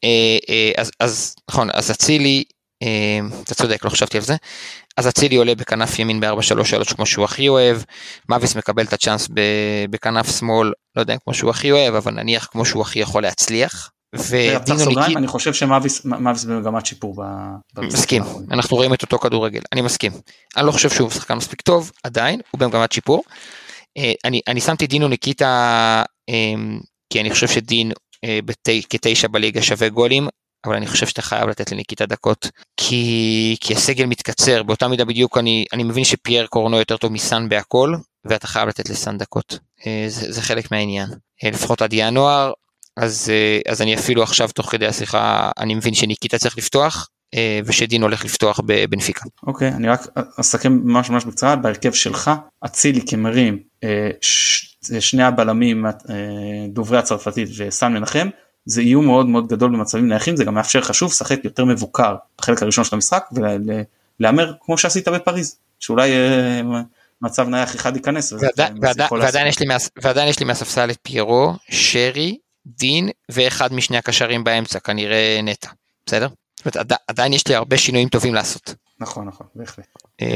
אז אצילי, אתה צודק, לא חשבתי על זה. אז אצילי עולה בכנף ימין ב-4-3-3 כמו שהוא הכי אוהב, מאביס מקבל את הצ'אנס בכנף שמאל, לא יודע כמו שהוא הכי אוהב, אבל נניח כמו שהוא הכי יכול להצליח. אני חושב שמאביס במגמת שיפור. מסכים, אנחנו רואים את אותו כדורגל, אני מסכים. אני לא חושב שהוא שחקן מספיק טוב, עדיין, הוא במגמת שיפור. אני שמתי דינו ניקיטה, כי אני חושב שדין כ9 בליגה שווה גולים, אבל אני חושב שאתה חייב לתת לניקיטה דקות, כי הסגל מתקצר, באותה מידה בדיוק אני מבין שפייר קורנו יותר טוב מסן בהכל, ואתה חייב לתת לסן דקות, זה חלק מהעניין, לפחות עד ינואר, אז אני אפילו עכשיו תוך כדי השיחה, אני מבין שניקיטה צריך לפתוח, ושדין הולך לפתוח בנפיקה. אוקיי, אני רק אסכם ממש בקצרה, בהרכב שלך, אצילי כמרים, שני הבלמים, דוברי הצרפתית וסן מנחם, זה איום מאוד מאוד גדול במצבים נייחים, זה גם מאפשר חשוב, שחק יותר מבוקר בחלק הראשון של המשחק, ולאמר כמו שעשית בפריז, שאולי מצב נייח אחד ייכנס. ועדיין יש לי מהספסל את פיירו, שרי, דין, ואחד משני הקשרים באמצע, כנראה נטע, בסדר? זאת אומרת, עדיין יש לי הרבה שינויים טובים לעשות. נכון, בהחלט.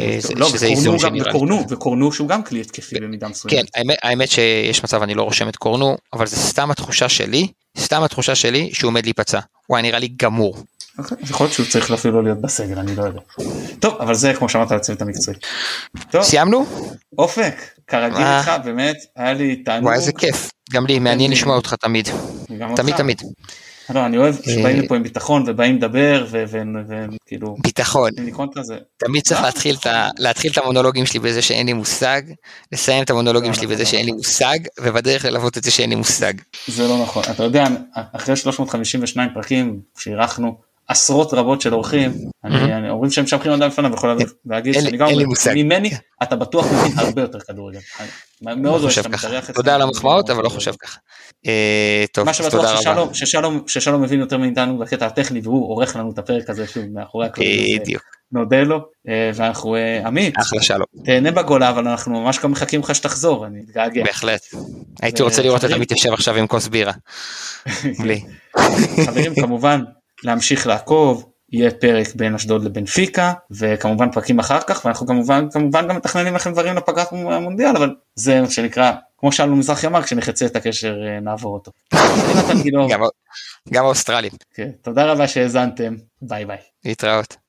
וקורנו שהוא גם כלי התקפי במידה מסוימת. כן, האמת שיש מצב, אני לא רושם את קורנו, אבל זה סתם התחושה שלי שהוא עומד להיפצע. וואי, נראה לי גמור. יכול להיות שהוא צריך אפילו להיות בסגל, אני לא יודע. טוב, אבל זה כמו שאמרת על הצוות המקצועי. סיימנו? אופק, כרגיל איתך, באמת, היה לי תענוג. וואי, איזה כיף. גם לי, מעניין לשמוע אותך תמיד. תמיד. לא, אני אוהב שבאים לפה עם ביטחון ובאים לדבר וכאילו ביטחון, תמיד צריך להתחיל את המונולוגים שלי בזה שאין לי מושג, לסיים את המונולוגים שלי בזה שאין לי מושג, ובדרך ללוות את זה שאין לי מושג. זה לא נכון, אתה יודע, אחרי 352 פרקים שעירכנו עשרות רבות של אורחים, אומרים שהם שפכים עדיין לפניו, ויכול להגיד שאני גם ממני, אתה בטוח מבין הרבה יותר כדורגל. מאוד חושב ככה, תודה על המחמאות, אבל לא חושב ככה. מה שבטוח ששלום מבין יותר מאיתנו בקטע הטכני, והוא עורך לנו את הפרק הזה שוב מאחורי הקלעים. בדיוק. נודה לו, ואנחנו עמית. אחלה שלום. תהנה בגולה, אבל אנחנו ממש גם מחכים לך שתחזור, אני אתגעגע. בהחלט. הייתי רוצה לראות את עמית יושב עכשיו עם כוס בירה. בלי. חברים, כמובן, להמשיך לעקוב, יהיה פרק בין אשדוד לבנפיקה, וכמובן פרקים אחר כך, ואנחנו כמובן גם מתכננים לכם דברים לפגרת המונדיאל, אבל זה מה שנקרא, כמו שאלנו מזרחי אמר, כשנחצה את הקשר נעבור אותו. גם האוסטרלים. תודה רבה שהאזנתם, ביי ביי. להתראות.